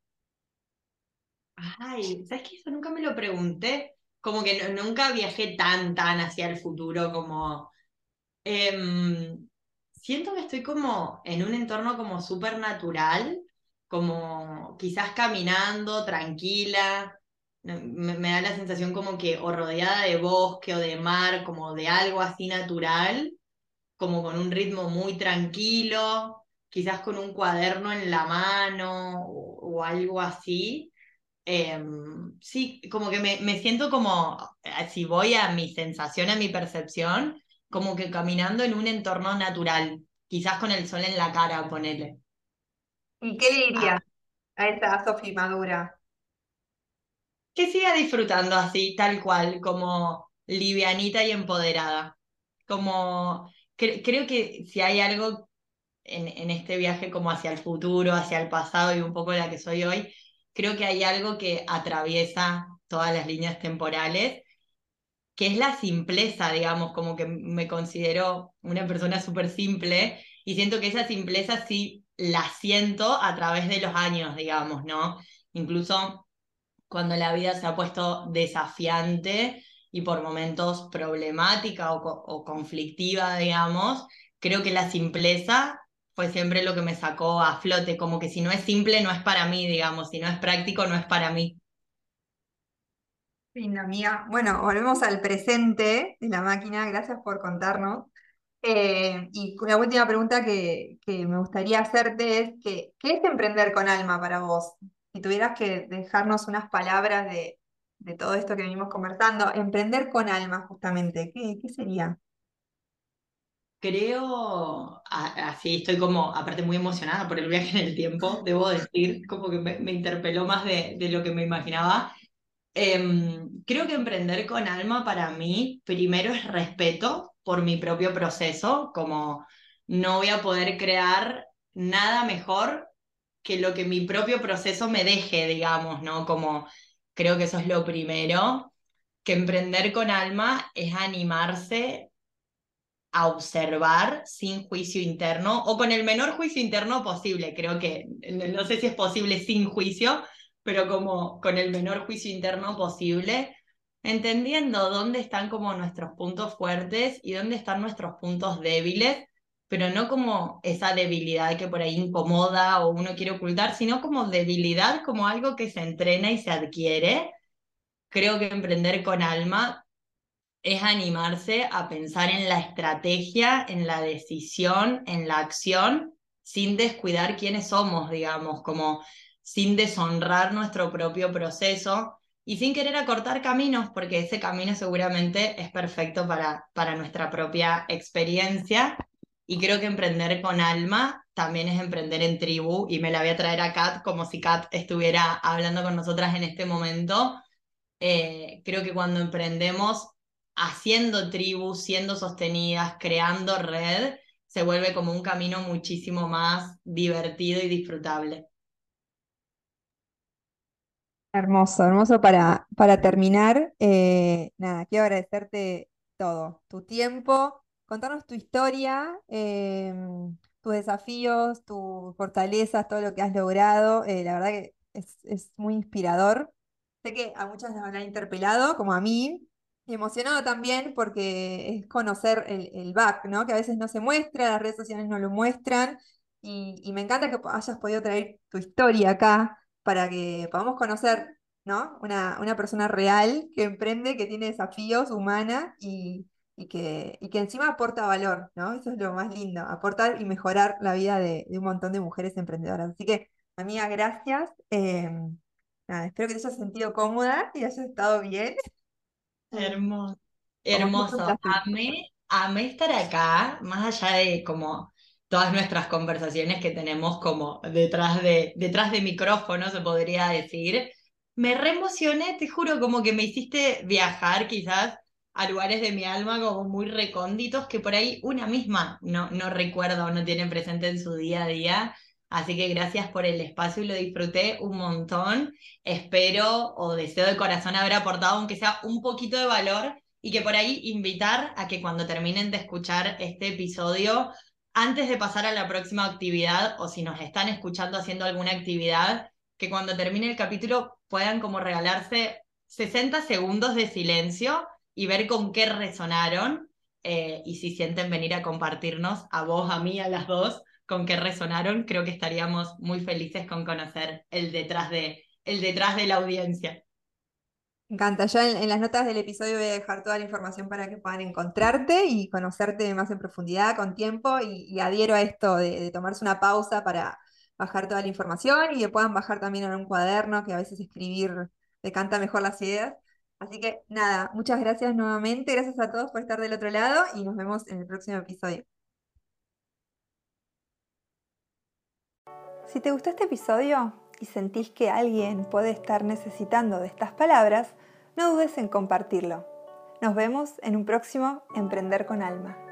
Ay, ¿sabes qué? Eso nunca me lo pregunté. Como que no- nunca viajé tan, tan hacia el futuro como... em, siento que estoy como en un entorno como súper natural, como quizás caminando, tranquila. No, Me, me da la sensación como que o rodeada de bosque o de mar, como de algo así natural, como con un ritmo muy tranquilo, quizás con un cuaderno en la mano o, o algo así. Eh, sí, como que me, me siento como, eh, si voy a mi sensación, a mi percepción, como que caminando en un entorno natural, quizás con el sol en la cara, ponele. ¿Y qué le Ah, dirías a esa Sofi madura? que siga disfrutando así, tal cual, como livianita y empoderada. Como, cre- creo que si hay algo en, en este viaje como hacia el futuro, hacia el pasado y un poco la que soy hoy, creo que hay algo que atraviesa todas las líneas temporales, que es la simpleza, digamos, como que me considero una persona súper simple y siento que esa simpleza sí la siento a través de los años, digamos, ¿no? Incluso cuando la vida se ha puesto desafiante y por momentos problemática o, co- o conflictiva, digamos, creo que la simpleza fue siempre lo que me sacó a flote, como que si no es simple no es para mí, digamos, si no es práctico no es para mí. Linda amiga. Bueno, volvemos al presente de la máquina. Gracias por contarnos. Eh, y la última pregunta que, que me gustaría hacerte es que, ¿qué es emprender con alma para vos? Si tuvieras que dejarnos unas palabras de, de todo esto que venimos conversando, emprender con alma justamente, ¿qué, qué sería? Creo, a- así estoy como, aparte muy emocionada por el viaje en el tiempo, debo decir, como que me, me interpeló más de, de lo que me imaginaba. Em, creo que emprender con alma para mí, primero es respeto por mi propio proceso, como no voy a poder crear nada mejor que lo que mi propio proceso me deje, digamos, ¿no? Como creo que eso es lo primero, que emprender con alma es animarse a observar sin juicio interno o con el menor juicio interno posible. Creo que no no sé si es posible sin juicio, pero como con el menor juicio interno posible, entendiendo dónde están como nuestros puntos fuertes y dónde están nuestros puntos débiles, pero no como esa debilidad que por ahí incomoda o uno quiere ocultar, sino como debilidad, como algo que se entrena y se adquiere. Creo que emprender con alma es animarse a pensar en la estrategia, en la decisión, en la acción sin descuidar quiénes somos, digamos, como sin deshonrar nuestro propio proceso y sin querer acortar caminos, porque ese camino seguramente es perfecto para, para nuestra propia experiencia. Y creo que emprender con alma también es emprender en tribu, y me la voy a traer a Kat como si Kat estuviera hablando con nosotras en este momento. Eh, creo que cuando emprendemos haciendo tribu, siendo sostenidas, creando red, se vuelve como un camino muchísimo más divertido y disfrutable. Hermoso, hermoso para, para terminar. Eh, nada, quiero agradecerte todo, tu tiempo, contarnos tu historia, em, tus desafíos, tus fortalezas, todo lo que has logrado. Eh, la verdad que es, es muy inspirador. Sé que a muchas nos habrá interpelado, como a mí, y emocionado también porque es conocer el, el back, ¿no? Que a veces no se muestra, las redes sociales no lo muestran, y, y me encanta que hayas podido traer tu historia acá para que podamos conocer, ¿no? Una, una persona real que emprende, que tiene desafíos, humana y, y que, y que encima aporta valor, ¿no? Eso es lo más lindo, aportar y mejorar la vida de, de un montón de mujeres emprendedoras. Así que, amiga, gracias. Eh, nada, espero que te hayas sentido cómoda y hayas estado bien. Eh, Hermoso. como siempre, un Hermoso. placer. Amé, amé estar acá, más allá de como todas nuestras conversaciones que tenemos como detrás de, detrás de micrófono, se podría decir. Me re emocioné, te juro, como que me hiciste viajar quizás a lugares de mi alma como muy recónditos que por ahí una misma no, no recuerda o no tiene presente en su día a día. Así que gracias por el espacio y lo disfruté un montón. Espero o deseo de corazón haber aportado aunque sea un poquito de valor, y que por ahí invitar a que cuando terminen de escuchar este episodio, antes de pasar a la próxima actividad, o si nos están escuchando haciendo alguna actividad, que cuando termine el capítulo puedan como regalarse sesenta segundos de silencio y ver con qué resonaron, eh, y si sienten venir a compartirnos, a vos, a mí, a las dos, con qué resonaron, creo que estaríamos muy felices con conocer el detrás de, el detrás de la audiencia. Me encanta. Yo en, en las notas del episodio voy a dejar toda la información para que puedan encontrarte y conocerte más en profundidad con tiempo y, y adhiero a esto de, de tomarse una pausa para bajar toda la información y que puedan bajar también en un cuaderno, que a veces escribir decanta mejor las ideas. Así que nada, muchas gracias nuevamente. Gracias a todos por estar del otro lado y nos vemos en el próximo episodio. Si te gustó este episodio y sentís que alguien puede estar necesitando de estas palabras, no dudes en compartirlo. Nos vemos en un próximo Emprender con Alma.